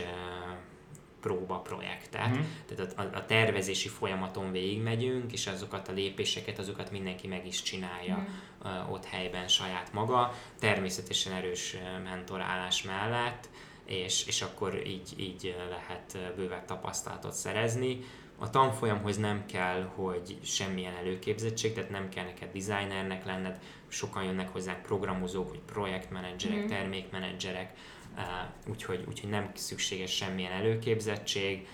próbaprojektet. Mm. Tehát a, a tervezési folyamaton végigmegyünk, és azokat a lépéseket, azokat mindenki meg is csinálja mm. ott helyben saját maga. Természetesen erős mentorálás mellett, és, és akkor így, így lehet bővebb tapasztalatot szerezni. A tanfolyamhoz nem kell, hogy semmilyen előképzettség, tehát nem kell neked designernek lenned, sokan jönnek hozzánk programozók, vagy projektmenedzserek, mm. termékmenedzserek, úgyhogy, úgyhogy nem szükséges semmilyen előképzettség,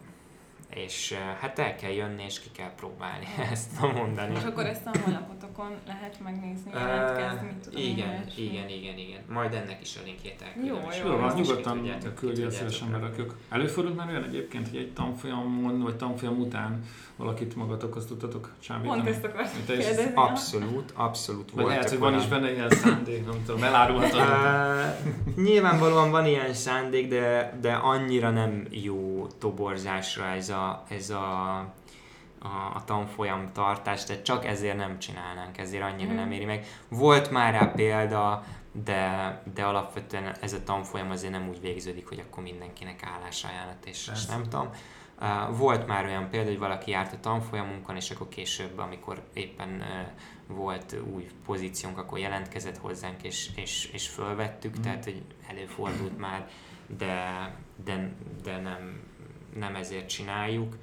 és hát el kell jönni, és ki kell próbálni, ezt tudom mondani. És akkor ezt a honlapotokon lehet megnézni, jelentkezni, mit tudom. Igen, igen, igen, igen. Majd ennek is a linkjét elküldöm. Jó, jó, jó, nyugodtan küldi, a szívesen berakjuk. Előfordult már olyan egyébként, hogy egy tanfolyamon, vagy tanfolyam után valakit magatokhoz tudtatok csábítani? Pont ezt akartam kérdezni. Abszolút, abszolút voltak. Lehet, hogy van is benne ilyen szándék, nem tudom, elárulhatod. Uh, nyilvánvalóan van ilyen szándék, de, de annyira nem jó toborzásra ez a, ez a, a, a tanfolyam tartás, tehát csak ezért nem csinálnánk, ezért annyira mm. nem éri meg. Volt már rá példa, de, de alapvetően ez a tanfolyam azért nem úgy végződik, hogy akkor mindenkinek állásajánlat, és, és nem tudom. Uh, volt már olyan példa, hogy valaki járt a tanfolyamunkon, és akkor később, amikor éppen uh, volt új pozíciónk, akkor jelentkezett hozzánk, és, és, és fölvettük, mm. tehát hogy előfordult már, de, de, de nem, nem ezért csináljuk.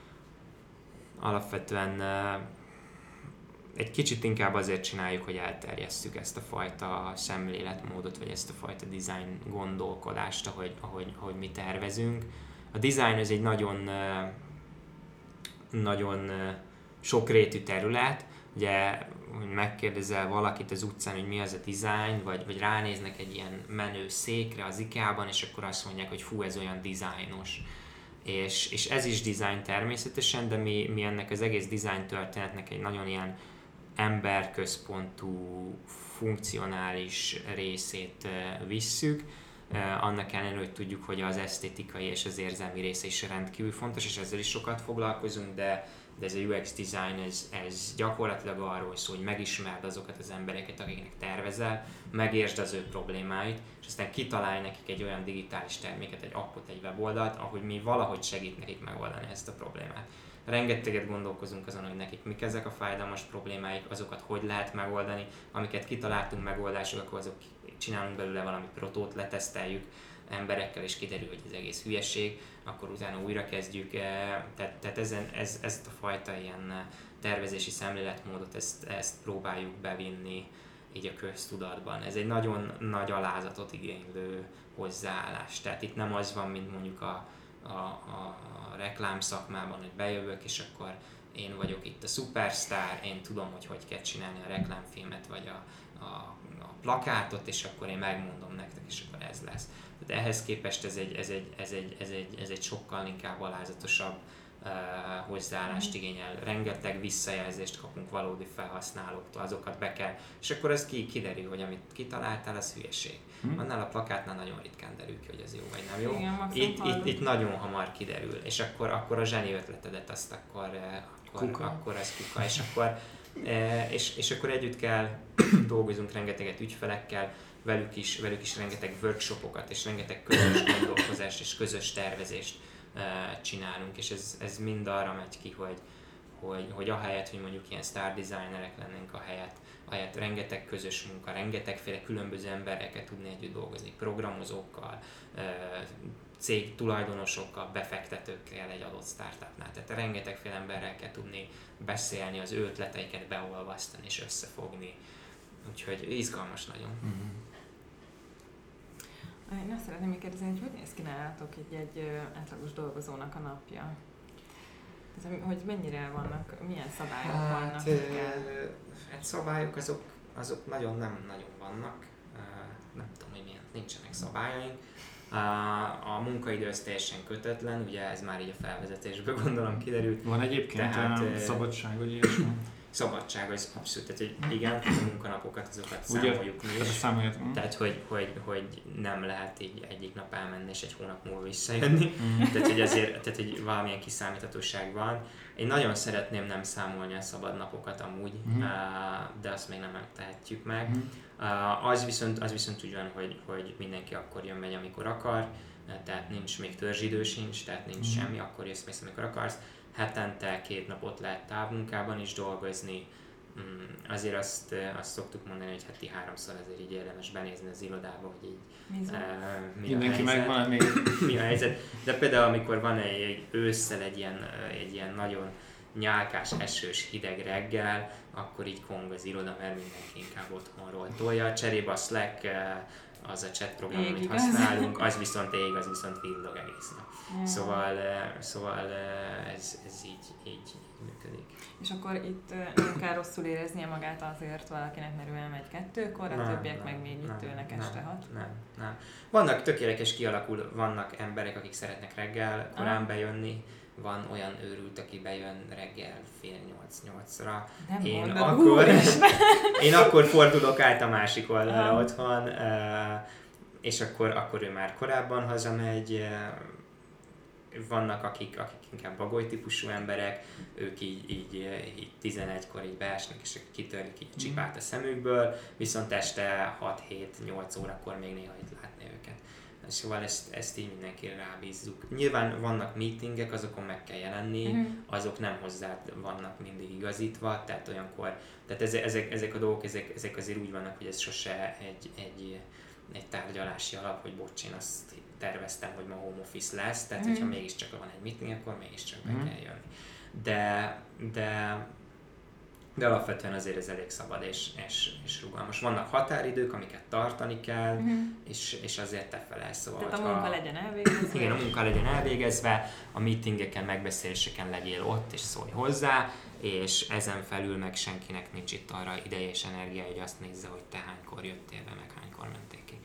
Alapvetően uh, egy kicsit inkább azért csináljuk, hogy elterjesszük ezt a fajta szemléletmódot, vagy ezt a fajta design gondolkodást, ahogy, ahogy, ahogy mi tervezünk. A design ez egy nagyon, nagyon sokrétű terület, ugye, hogy megkérdezel valakit az utcán, hogy mi az a design, vagy, vagy ránéznek egy ilyen menő székre az IKEA-ban, és akkor azt mondják, hogy fú, ez olyan dizájnos. És, és ez is design természetesen, de mi, mi ennek az egész design történetnek egy nagyon ilyen emberközpontú, funkcionális részét visszük. Uh, annak ellenére, hogy tudjuk, hogy az esztétikai és az érzelmi része is rendkívül fontos, és ezzel is sokat foglalkozunk, de, de ez a u exo design, ez, ez gyakorlatilag arról szól, hogy megismerd azokat az embereket, akiknek tervezel, megértsd az ő problémáit, és aztán kitalálj nekik egy olyan digitális terméket, egy appot, egy weboldalt, ahogy mi valahogy segít nekik megoldani ezt a problémát. Rengeteget gondolkozunk azon, hogy nekik mik ezek a fájdalmas problémáik, azokat hogy lehet megoldani, amiket kitaláltunk megoldások, akkor azok csinálunk belőle valami protót, leteszteljük emberekkel, és kiderül, hogy ez egész hülyeség, akkor utána újra kezdjük. Tehát, tehát ezen, ez, ezt a fajta ilyen tervezési szemléletmódot, ezt, ezt próbáljuk bevinni így a köztudatban. Ez egy nagyon nagy alázatot igénylő hozzáállás. Tehát itt nem az van, mint mondjuk a, a, a, a reklám szakmában, hogy bejövök, és akkor én vagyok itt a szupersztár, én tudom, hogy hogy kell csinálni a reklámfilmet, vagy a, a a plakátot, és akkor én megmondom nektek, és akkor ez lesz. Tehát ehhez képest ez egy, ez egy, ez egy, ez egy, ez egy sokkal inkább alázatosabb uh, uh, hozzáállást igényel. Rengeteg visszajelzést kapunk valódi felhasználóktól, azokat be kell, és akkor ez ki, kiderül, hogy amit kitaláltál, az hülyeség. Hmm. Annál a plakátnál nagyon ritkán derül ki, hogy ez jó vagy nem jó. Igen, itt, itt, itt nagyon hamar kiderül, és akkor, akkor a zseni ötletedet azt akkor, akkor, akkor ez kuka, és akkor, és, és akkor együtt kell dolgozunk rengeteget ügyfelekkel, velük is, velük is rengeteg workshopokat, és rengeteg közös gondolkozást és közös tervezést csinálunk, és ez, ez mind arra megy ki, hogy, hogy, hogy ahelyett, hogy mondjuk ilyen star designerek lennénk, ahelyett, ahelyett rengeteg közös munka, rengetegféle különböző emberekkel tudni együtt dolgozni, programozókkal, cég tulajdonosokkal, befektetőkkel egy adott startupnál. Tehát rengetegféle emberrel kell tudni beszélni, az ő ötleteiket beolvasztani és összefogni. Úgyhogy izgalmas nagyon. Mm-hmm. Én azt szeretném még kérdezni, hogy hogy néz ki nálatok egy, egy átlagos dolgozónak a napja? Ez, hogy mennyire vannak, milyen szabályok hát, vannak? E, hát szabályok azok, azok nagyon nem nagyon vannak. E, nem tudom, hogy milyen, nincsenek szabályaink. A munkaidő az teljesen kötetlen, ugye ez már így a felvezetésből gondolom kiderült. Van egyébként tehát, szabadság, vagy ilyesmi? Szabadság, az abszolút, tehát hogy igen, a munkanapokat, azokat számoljuk mi is. Számoljuk. Tehát, hogy, hogy, hogy nem lehet így egyik nap elmenni és egy hónap múlva visszajönni. Mm. Tehát, hogy azért, tehát, hogy valamilyen kiszámíthatóság van. Én nagyon szeretném nem számolni a szabad napokat amúgy, mm. de azt még nem megtehetjük meg. Mm. Az viszont, az viszont úgy van, hogy, hogy mindenki akkor jön, megy, amikor akar, tehát nincs még törzsidő sincs, tehát nincs mm. semmi, akkor jössz, mész, amikor akarsz. Hetente két napot lehet távmunkában is dolgozni. Azért azt, azt szoktuk mondani, hogy heti háromszor azért így érdemes benézni az irodába, hogy így uh, mi mindenki a helyzet. Megvan, még. mi a helyzet. De például amikor van egy, egy ősszel egy ilyen, egy ilyen nagyon nyálkás, esős, hideg reggel, akkor így kong az iroda, mert mindenki inkább otthonról tolja. Cserébe a Slack, az a chat program, ég, amit igaz? használunk, az viszont ég, az viszont villog egész nap. Yeah. Szóval, szóval ez, ez így, így működik. És akkor itt nem kell rosszul éreznie magát azért valakinek, mert ő elmegy kettőkor, a nem, többiek nem, meg még nem, itt ülnek este hat? Nem, nem. Vannak tökéletes kialakul, vannak emberek, akik szeretnek reggel korán ah. bejönni, van olyan őrült, aki bejön reggel fél nyolc-nyolcra. Én mondod, akkor, én akkor fordulok át a másik oldalra ah. otthon, és akkor, akkor ő már korábban hazamegy. Vannak, akik, akik inkább bagoly típusú emberek, ők így, így, így tizenegykor így beesnek, és kitörlik így a csipát a szemükből, viszont este hat-hét-nyolc órakor még néha itt látni őket. Szóval ezt, ezt így mindenkire rábízzuk. Nyilván vannak meetingek, azokon meg kell jelenni, uh-huh. azok nem hozzá vannak mindig igazítva, tehát olyankor, tehát ezek, ezek, ezek a dolgok, ezek, ezek azért úgy vannak, hogy ez sose egy, egy, egy tárgyalási alap, hogy bocs, én azt terveztem, hogy ma home office lesz, tehát uh-huh. hogyha mégiscsak van egy meeting, akkor mégiscsak uh-huh. be kell jönni. De, de De alapvetően azért ez elég szabad és, és, és rugalmas. Vannak határidők, amiket tartani kell, uh-huh. és, és azért te felelsz. Szóval, tehát a munka legyen elvégezve. Igen, a munka legyen elvégezve, a meetingeken, megbeszéléseken legyél ott, és szólj hozzá, és ezen felül meg senkinek nincs itt arra ideje és energia, hogy azt nézze, hogy te hánykor jöttél be, meg hánykor mentél ki.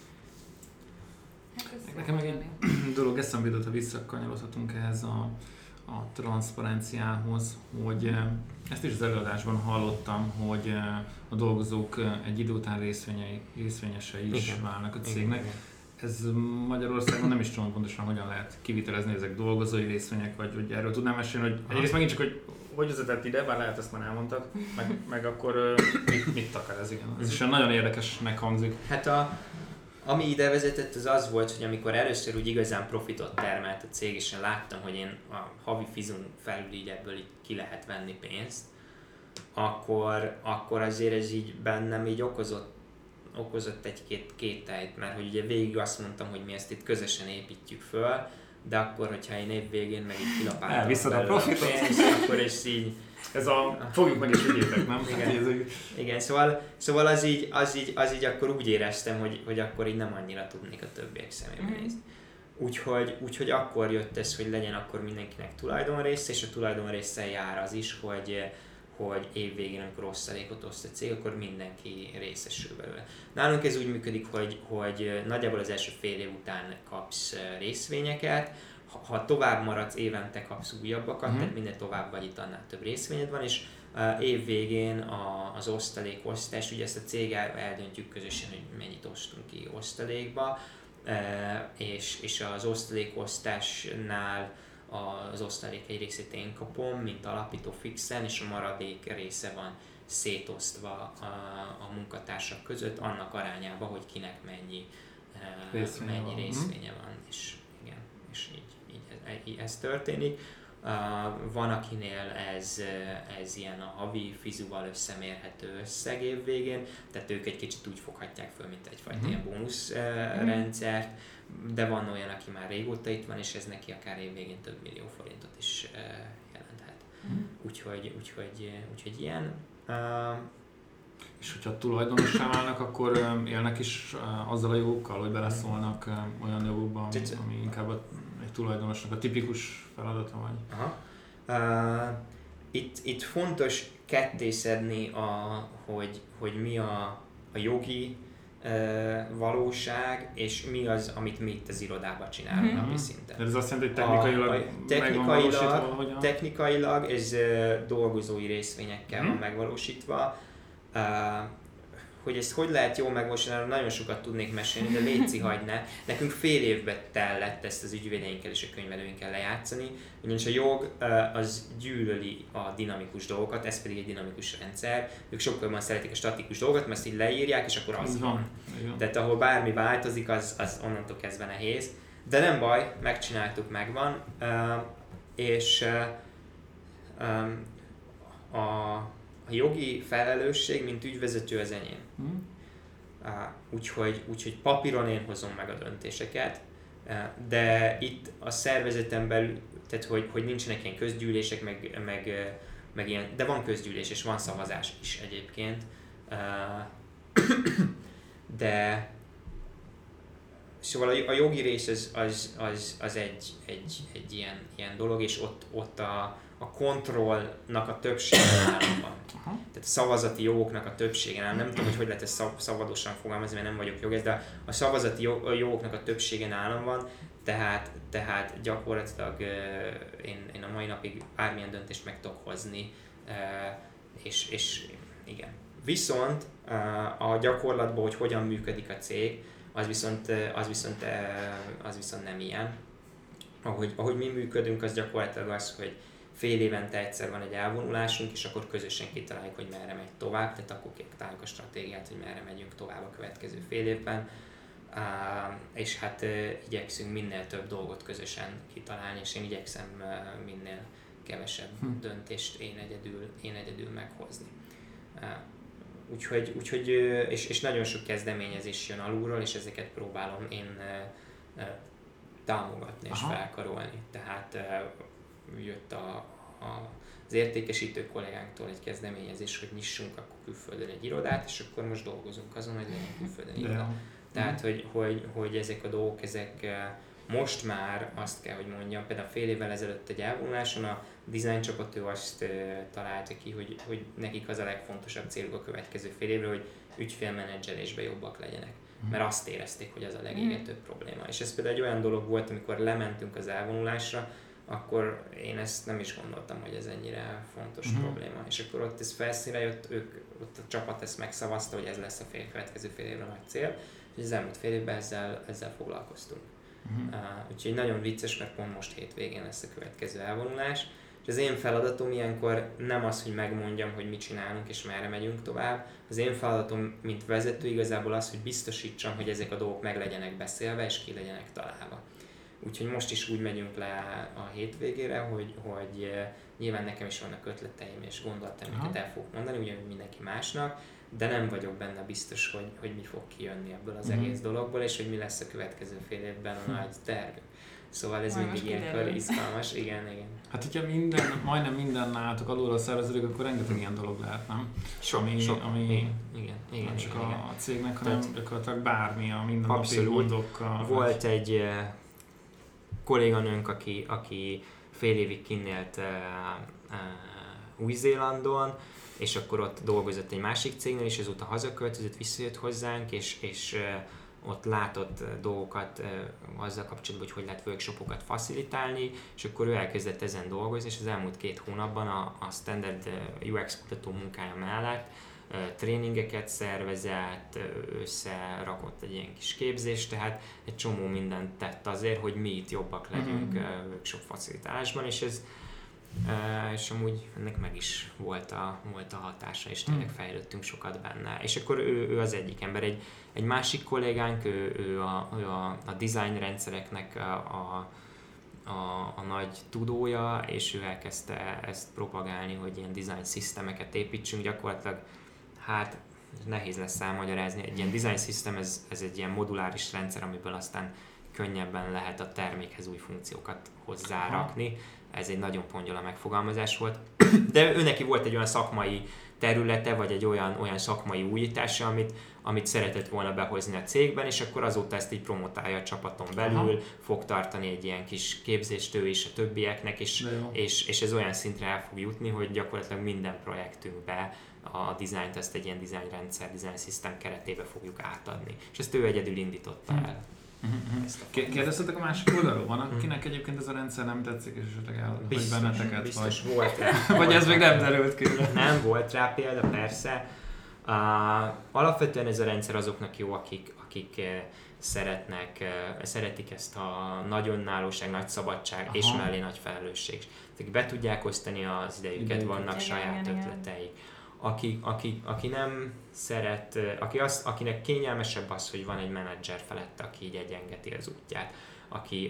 Hát nekem meg egy dolog eszembe jutott, ha visszakanyarodhatunk ehhez a a transzparenciához, hogy ezt is az előadásban hallottam, hogy a dolgozók egy idő után részvényei, részvényesei is igen. válnak a cégnek. Igen. Ez Magyarországon nem is tudom pontosan, hogyan lehet kivitelezni, ezek dolgozói részvények, vagy hogy erről tudnám mesélni, hogy egyrészt megint csak, hogy hogy vezetett ide, bár lehet ezt már elmondtad, meg, meg akkor mit, mit akar ez, igen. Ez is nagyon érdekesnek hangzik. Hát a Ami ide vezetett, az az volt, hogy amikor először úgy igazán profitot termelt a cég, és én láttam, hogy én a havi fizun felül így ebből így ki lehet venni pénzt, akkor, akkor azért ez így bennem így okozott, okozott egy-két kételyt, mert hogy ugye végig azt mondtam, hogy mi ezt itt közösen építjük föl, de akkor, hogyha én év végén meg így kilapáltam a profitot, pénzt, akkor is így ez a fogjuk meg és ügyétek, nem? Igen, igen szóval, szóval az, így, az, így, az így akkor úgy éreztem, hogy, hogy akkor így nem annyira tudnék a többiek szemébe mm-hmm. nézni. Úgyhogy, úgyhogy akkor jött ez, hogy legyen akkor mindenkinek tulajdonrésze, és a tulajdonrésszel jár az is, hogy, hogy évvégén, amikor osztalékot oszt a cég, akkor mindenki részesül belőle. Nálunk ez úgy működik, hogy, hogy nagyjából az első fél év után kapsz részvényeket, ha, ha tovább maradsz, évente kapsz újabbakat, uh-huh. tehát minél tovább vagy itt, annál több részvényed van, és uh, év végén a, az osztalékosztás, ugye ezt a céggel eldöntjük közösen, hogy mennyit osztunk ki osztalékba, uh, és, és az osztalékosztásnál az osztalék egy részét én kapom, mint alapító fixen, és a maradék része van szétosztva a, a munkatársak között, annak arányába, hogy kinek mennyi részvénye mennyi van, részvénye van és, igen, és így, így, így ez történik. Uh, van, akinél ez, ez ilyen a havi fizuval összemérhető összeg év végén, tehát ők egy kicsit úgy foghatják föl, mint egyfajta mm. ilyen bónusz uh, mm. rendszert, de van olyan, aki már régóta itt van, és ez neki akár év végén több millió forintot is uh, jelenthet. Mm. Úgyhogy, úgyhogy, úgyhogy ilyen. Uh, És hogyha tulajdonossá válnak, akkor élnek is azzal a jogokkal, hogy beleszólnak olyan jogokban, ami inkább egy tulajdonosnak a tipikus feladata vagy? Aha. Uh, itt, itt fontos kettészedni, a, hogy, hogy mi a, a jogi uh, valóság, és mi az, amit mi itt az irodában csinálunk mm-hmm. napi szinten. Ez azt jelenti, hogy technikailag, a, a technikailag, technikailag ez uh, dolgozói részvényekkel mm-hmm. van megvalósítva. Uh, hogy ezt hogy lehet jól megvalósítani, nagyon sokat tudnék mesélni, de létszi, hagyd ne. Nekünk fél évbe tellett ezt az ügyvédeinkkel és a könyvelőinkkel lejátszani, ugyanis a jog uh, az gyűlöli a dinamikus dolgokat, ez pedig egy dinamikus rendszer. Ők sokkal jobban szeretik a statikus dolgokat, mert ezt így leírják, és akkor az van. van. Tehát ahol bármi változik, az, az onnantól kezdve nehéz. De nem baj, megcsináltuk, megvan. Uh, és uh, um, a A jogi felelősség, mint ügyvezető, az enyém. Mm. Uh, úgyhogy, úgyhogy papíron én hozom meg a döntéseket, uh, de itt a szervezeten belül, tehát hogy, hogy nincsenek ilyen közgyűlések, meg, meg, meg ilyen, de van közgyűlés és van szavazás is egyébként. Uh, de szóval a, a jogi rész az, az, az, az egy, egy, egy ilyen, ilyen dolog, és ott, ott a a kontrollnak a többsége nálam van. Uh-huh. Tehát a szavazati jogoknak a többsége nálam. Nem tudom, hogy hogy lehet ezt szav- szavadosan fogalmazni, mert nem vagyok jogász, de a szavazati jogoknak a többsége nálam van, tehát, tehát gyakorlatilag uh, én, én a mai napig bármilyen döntést meg tudok hozni, uh, és, és igen. Viszont uh, a gyakorlatban, hogy hogyan működik a cég, az viszont, uh, az viszont, uh, az viszont nem ilyen. Ahogy, ahogy mi működünk, az gyakorlatilag az, hogy fél évente egyszer van egy elvonulásunk, és akkor közösen kitaláljuk, hogy merre megy tovább, tehát akkor kitaláljuk a stratégiát, hogy merre megyünk tovább a következő fél évben. Uh, és hát uh, igyekszünk minél több dolgot közösen kitalálni, és én igyekszem uh, minél kevesebb hm. döntést én egyedül, én egyedül meghozni. Uh, úgyhogy, úgyhogy uh, és, és nagyon sok kezdeményezés jön alulról, és ezeket próbálom én uh, uh, támogatni és Aha. felkarolni. Tehát uh, jött a, a, az értékesítő kollégánktól egy kezdeményezés, hogy nyissunk akkor külföldön egy irodát, és akkor most dolgozunk azon, hogy legyen külföldön iroda. Tehát, hogy, hogy, hogy ezek a dolgok, ezek most már azt kell, hogy mondjam, például fél évvel ezelőtt egy elvonuláson a design csapat ő azt találta ki, hogy, hogy nekik az a legfontosabb céluk a következő fél évre, hogy ügyfélmenedzselésben jobbak legyenek. Mert azt érezték, hogy az a legégetőbb probléma. És ez például egy olyan dolog volt, amikor lementünk az elvonulásra, akkor én ezt nem is gondoltam, hogy ez ennyire fontos uh-huh. probléma. És akkor ott ez felszínre jött, ők, ott a csapat ezt megszavazta, hogy ez lesz a fél, következő fél évre nagy cél, és az elmúlt fél évben ezzel, ezzel foglalkoztunk. Uh-huh. Uh, úgyhogy nagyon vicces, mert pont most hétvégén lesz a következő elvonulás, és az én feladatom ilyenkor nem az, hogy megmondjam, hogy mit csinálunk és merre megyünk tovább. Az én feladatom, mint vezető igazából az, hogy biztosítsam, hogy ezek a dolgok meg legyenek beszélve és ki legyenek találva. Úgyhogy most is úgy megyünk le a hétvégére, hogy, hogy nyilván nekem is vannak ötleteim és gondolataim, amiket el fogok mondani, ugyanúgy mindenki másnak, de nem vagyok benne biztos, hogy, hogy mi fog kijönni ebből az mm-hmm. egész dologból, és hogy mi lesz a következő fél évben a nagy tervünk. Szóval ez mindig ilyenkor izgalmas, igen, igen. Hát hogyha minden, majdnem minden nálatok alulról szerveződik, akkor rengeteg ilyen dolog lehet, nem? Sok, ami, sok. Ami igen, igen, nem igen, csak igen, a igen. cégnek, hanem gyakorlatilag bármi a mindennapi Abszolút. gondokkal. Volt egy uh, kolléganőnk, aki, aki fél évig kinnélt uh, uh, Új-Zélandon, és akkor ott dolgozott egy másik cégnél, és azóta hazaköltözött, visszajött hozzánk, és, és uh, ott látott dolgokat azzal kapcsolatban, hogy hogy lehet workshopokat facilitálni, és akkor ő elkezdett ezen dolgozni, és az elmúlt két hónapban a, a standard u exo kutató munkája mellett tréningeket szervezett, összerakott egy ilyen kis képzést, tehát egy csomó mindent tett azért, hogy mi itt jobbak legyünk mm-hmm. workshop facilitálásban, és ez és amúgy ennek meg is volt a, volt a hatása, és tényleg fejlődtünk sokat benne. És akkor ő, ő az egyik ember. Egy, egy másik kollégánk, ő, ő, a, ő a, a design rendszereknek a, a, a, a nagy tudója, és ő elkezdte ezt propagálni, hogy ilyen design systemeket építsünk. Gyakorlatilag, hát nehéz lesz elmagyarázni, egy ilyen design system, ez, ez egy ilyen moduláris rendszer, amiből aztán könnyebben lehet a termékhez új funkciókat hozzárakni. Ez egy nagyon pongyola megfogalmazás volt, de ő neki volt egy olyan szakmai területe, vagy egy olyan, olyan szakmai újítása, amit, amit szeretett volna behozni a cégben, és akkor azóta ezt így promotálja a csapaton belül, aha. fog tartani egy ilyen kis képzést ő és a többieknek, és, és, és ez olyan szintre el fog jutni, hogy gyakorlatilag minden projektünkbe a dizájnt, ezt egy ilyen design rendszer, design system keretébe fogjuk átadni. És ezt ő egyedül indította el. Uh-huh. Kérdeztetek a másik oldalról? Van, akinek egyébként ez a rendszer nem tetszik, és esetleg elhagy benneteket? Biztos vagy, volt rá. vagy ez még nem derült ki? Nem volt rá példa, persze. Uh, alapvetően ez a rendszer azoknak jó, akik, akik uh, szeretnek, uh, szeretik ezt a nagy önállóság, nagy szabadság, aha. és mellé nagy felelősség. Tehát be tudják osztani az idejüket, idejüket. Vannak igen, saját igen, ötleteik. Aki, aki, aki nem szeret, aki az, akinek kényelmesebb az, hogy van egy menedzser felette, aki így egyengeti az útját, aki,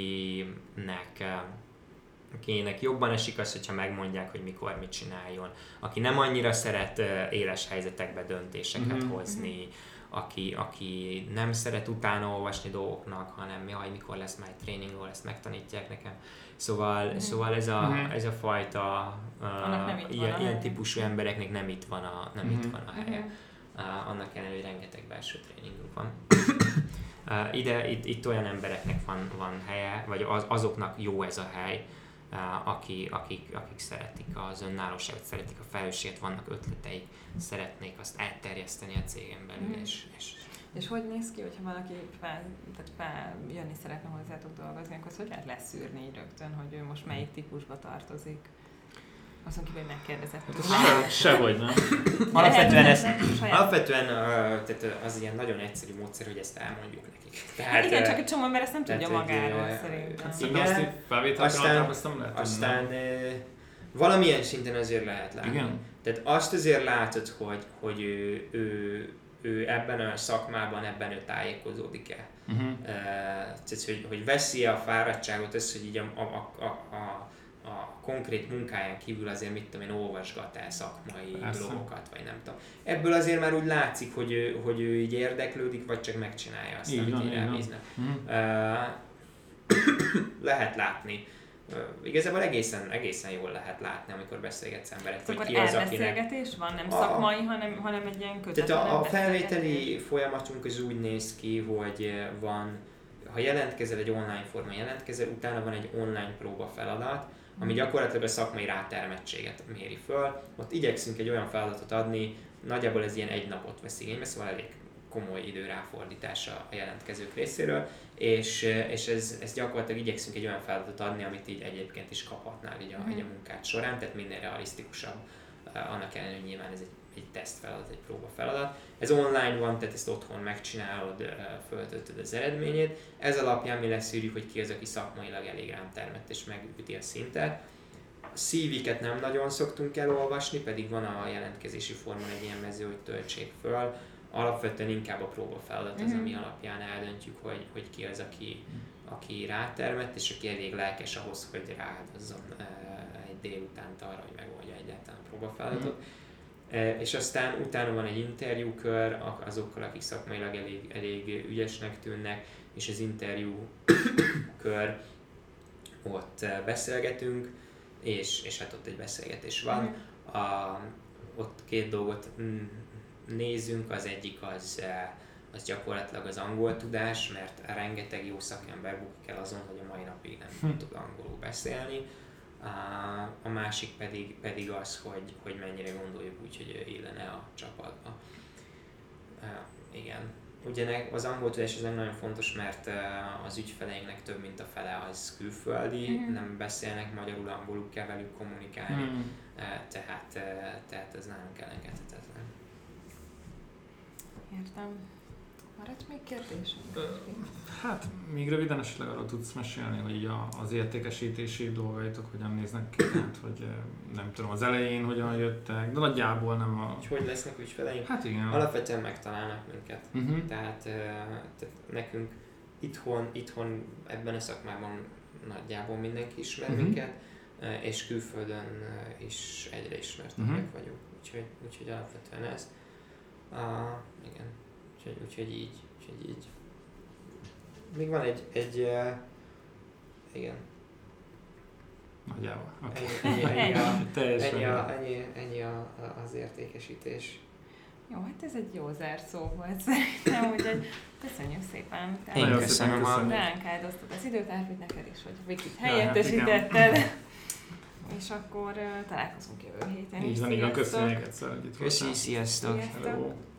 akinek, akinek jobban esik az, hogyha megmondják, hogy mikor mit csináljon, aki nem annyira szeret éles helyzetekbe döntéseket mm-hmm. hozni, aki, aki nem szeret utána olvasni dolgoknak, hanem jaj, mikor lesz majd tréning, ahol ezt megtanítják nekem. Szóval, mm-hmm. szóval ez, a, mm-hmm. ez a fajta uh, ilyen, ilyen típusú embereknek nem itt van a, nem mm-hmm. itt van a helye. Mm-hmm. Uh, annak ellenére, hogy rengeteg belső tréningünk van. uh, ide, itt, itt olyan embereknek van, van helye, vagy az, azoknak jó ez a hely, uh, aki, akik, akik szeretik az önállóságot, szeretik a felelősséget, vannak ötleteik, szeretnék azt elterjeszteni a cégen belül. Mm-hmm. És, és, és hogy néz ki, hogyha valaki fel, tehát fel jönni szeretne hozzátok dolgozni, akkor hogy lehet leszűrni így rögtön, hogy ő most melyik típusba tartozik? Azon kívül, hogy megkérdezett. Sehogy nem. Alapvetően, ez, alapvetően tehát az ilyen nagyon egyszerű módszer, hogy ezt elmondjuk nekik. Tehát, igen, csak egy csomó, mert ezt nem tudja magáról egy, szerintem. Igen, azt így felvételre azt nem lehet aztán valamilyen szinten azért lehet látni. Igen. Tehát azt azért látod, hogy, hogy ő, ő, ő ebben a szakmában, ebben ő tájékozódik-e. Uh-huh. Uh, tehát, hogy, hogy veszi-e a fáradtságot, az, hogy így a, a, a, a, a konkrét munkáján kívül azért mit tudom én, olvasgat el szakmai persze. blogokat, vagy nem tudom. Ebből azért már úgy látszik, hogy ő, hogy ő így érdeklődik, vagy csak megcsinálja azt, így amit így elbíznak. Uh-huh. Uh, lehet látni. Uh, igazából egészen, egészen jól lehet látni, amikor beszélgetsz emberek, hogy ki az, akinek... beszélgetés van, nem a, szakmai, hanem, hanem egy ilyen kötetlen. Tehát a, a felvételi folyamatunk az úgy néz ki, hogy van, ha jelentkezel egy online formán, jelentkezel, utána van egy online próba feladat, ami gyakorlatilag a szakmai rátermettséget méri föl. Ott igyekszünk egy olyan feladatot adni, nagyjából ez ilyen egy napot vesz igénybe, szóval elég komoly idő ráfordítása a jelentkezők részéről, és, és ez, ez gyakorlatilag igyekszünk egy olyan feladatot adni, amit így egyébként is kaphatnál így a, mm. így a munkát során, tehát minél realisztikusabb. Annak ellenére, hogy nyilván ez egy, egy teszt feladat, egy próba feladat. Ez online van, tehát ezt otthon megcsinálod, föltöltöd az eredményét. Ez alapján mi leszűrjük, hogy ki az, aki szakmailag elég rám termett és megüti a szintet. A cé vé-ket nem nagyon szoktunk elolvasni, pedig van a jelentkezési formon egy ilyen mező, hogy töltsék föl. Alapvetően inkább a próba feladat az, ami alapján eldöntjük, hogy, hogy ki az, aki, aki rátermett, és aki elég lelkes ahhoz, hogy rááldozzon egy délutánt arra, hogy megoldja egyáltalán a próbafeladatot. Mm. És aztán utána van egy interjúkör azokkal, akik szakmailag elég, elég ügyesnek tűnnek, és az interjúkör ott beszélgetünk, és, és hát ott egy beszélgetés van. Mm. A, ott két dolgot nézzünk, az egyik az, az gyakorlatilag az angol tudás, mert rengeteg jó szakember bukik el azon, hogy a mai napig nem tud angolul beszélni. A másik pedig, pedig az, hogy, hogy mennyire gondoljuk úgy, hogy illene a csapatba. Igen. ugye az angol tudás az nagyon fontos, mert az ügyfeleinknek több mint a fele az külföldi, mm. nem beszélnek magyarul, angolul kell velük kommunikálni, mm. tehát, tehát ez nálunk elengedhetetlen. Értem. Maradt még kérdés? Hát, még röviden esetleg arról tudsz mesélni, hogy így az értékesítési dolgaitok hogyan néznek ki, hát, hogy nem tudom, az elején hogyan jöttek, de nagyjából nem a... Hogy hogy lesznek ügyfeleink? Hát igen. Alapvetően megtalálnak minket. Uh-huh. Tehát, tehát nekünk itthon, itthon ebben a szakmában nagyjából mindenki ismer uh-huh. minket, és külföldön is egyre ismertebbek uh-huh. vagyunk. Úgyhogy, úgyhogy alapvetően ez. Uh, igen. Úgyhogy, úgyhogy így, úgyhogy így. Még van egy, egy uh, igen. Nagyjából. Okay. Ennyi, ennyi, ennyi, a, ennyi, a, ennyi, ennyi a, a, az értékesítés. Jó, hát ez egy jó zárszó volt szerintem, úgyhogy köszönjük szépen. Én köszönöm, hogy ránk áldoztad az időtárpit neked is, hogy Vikit helyettesítetted. Ja, és akkor uh, találkozunk jövő héten. Így van, igen, köszönjük egyszer, hogy itt voltál. Köszi, sziasztok! Sziasztok.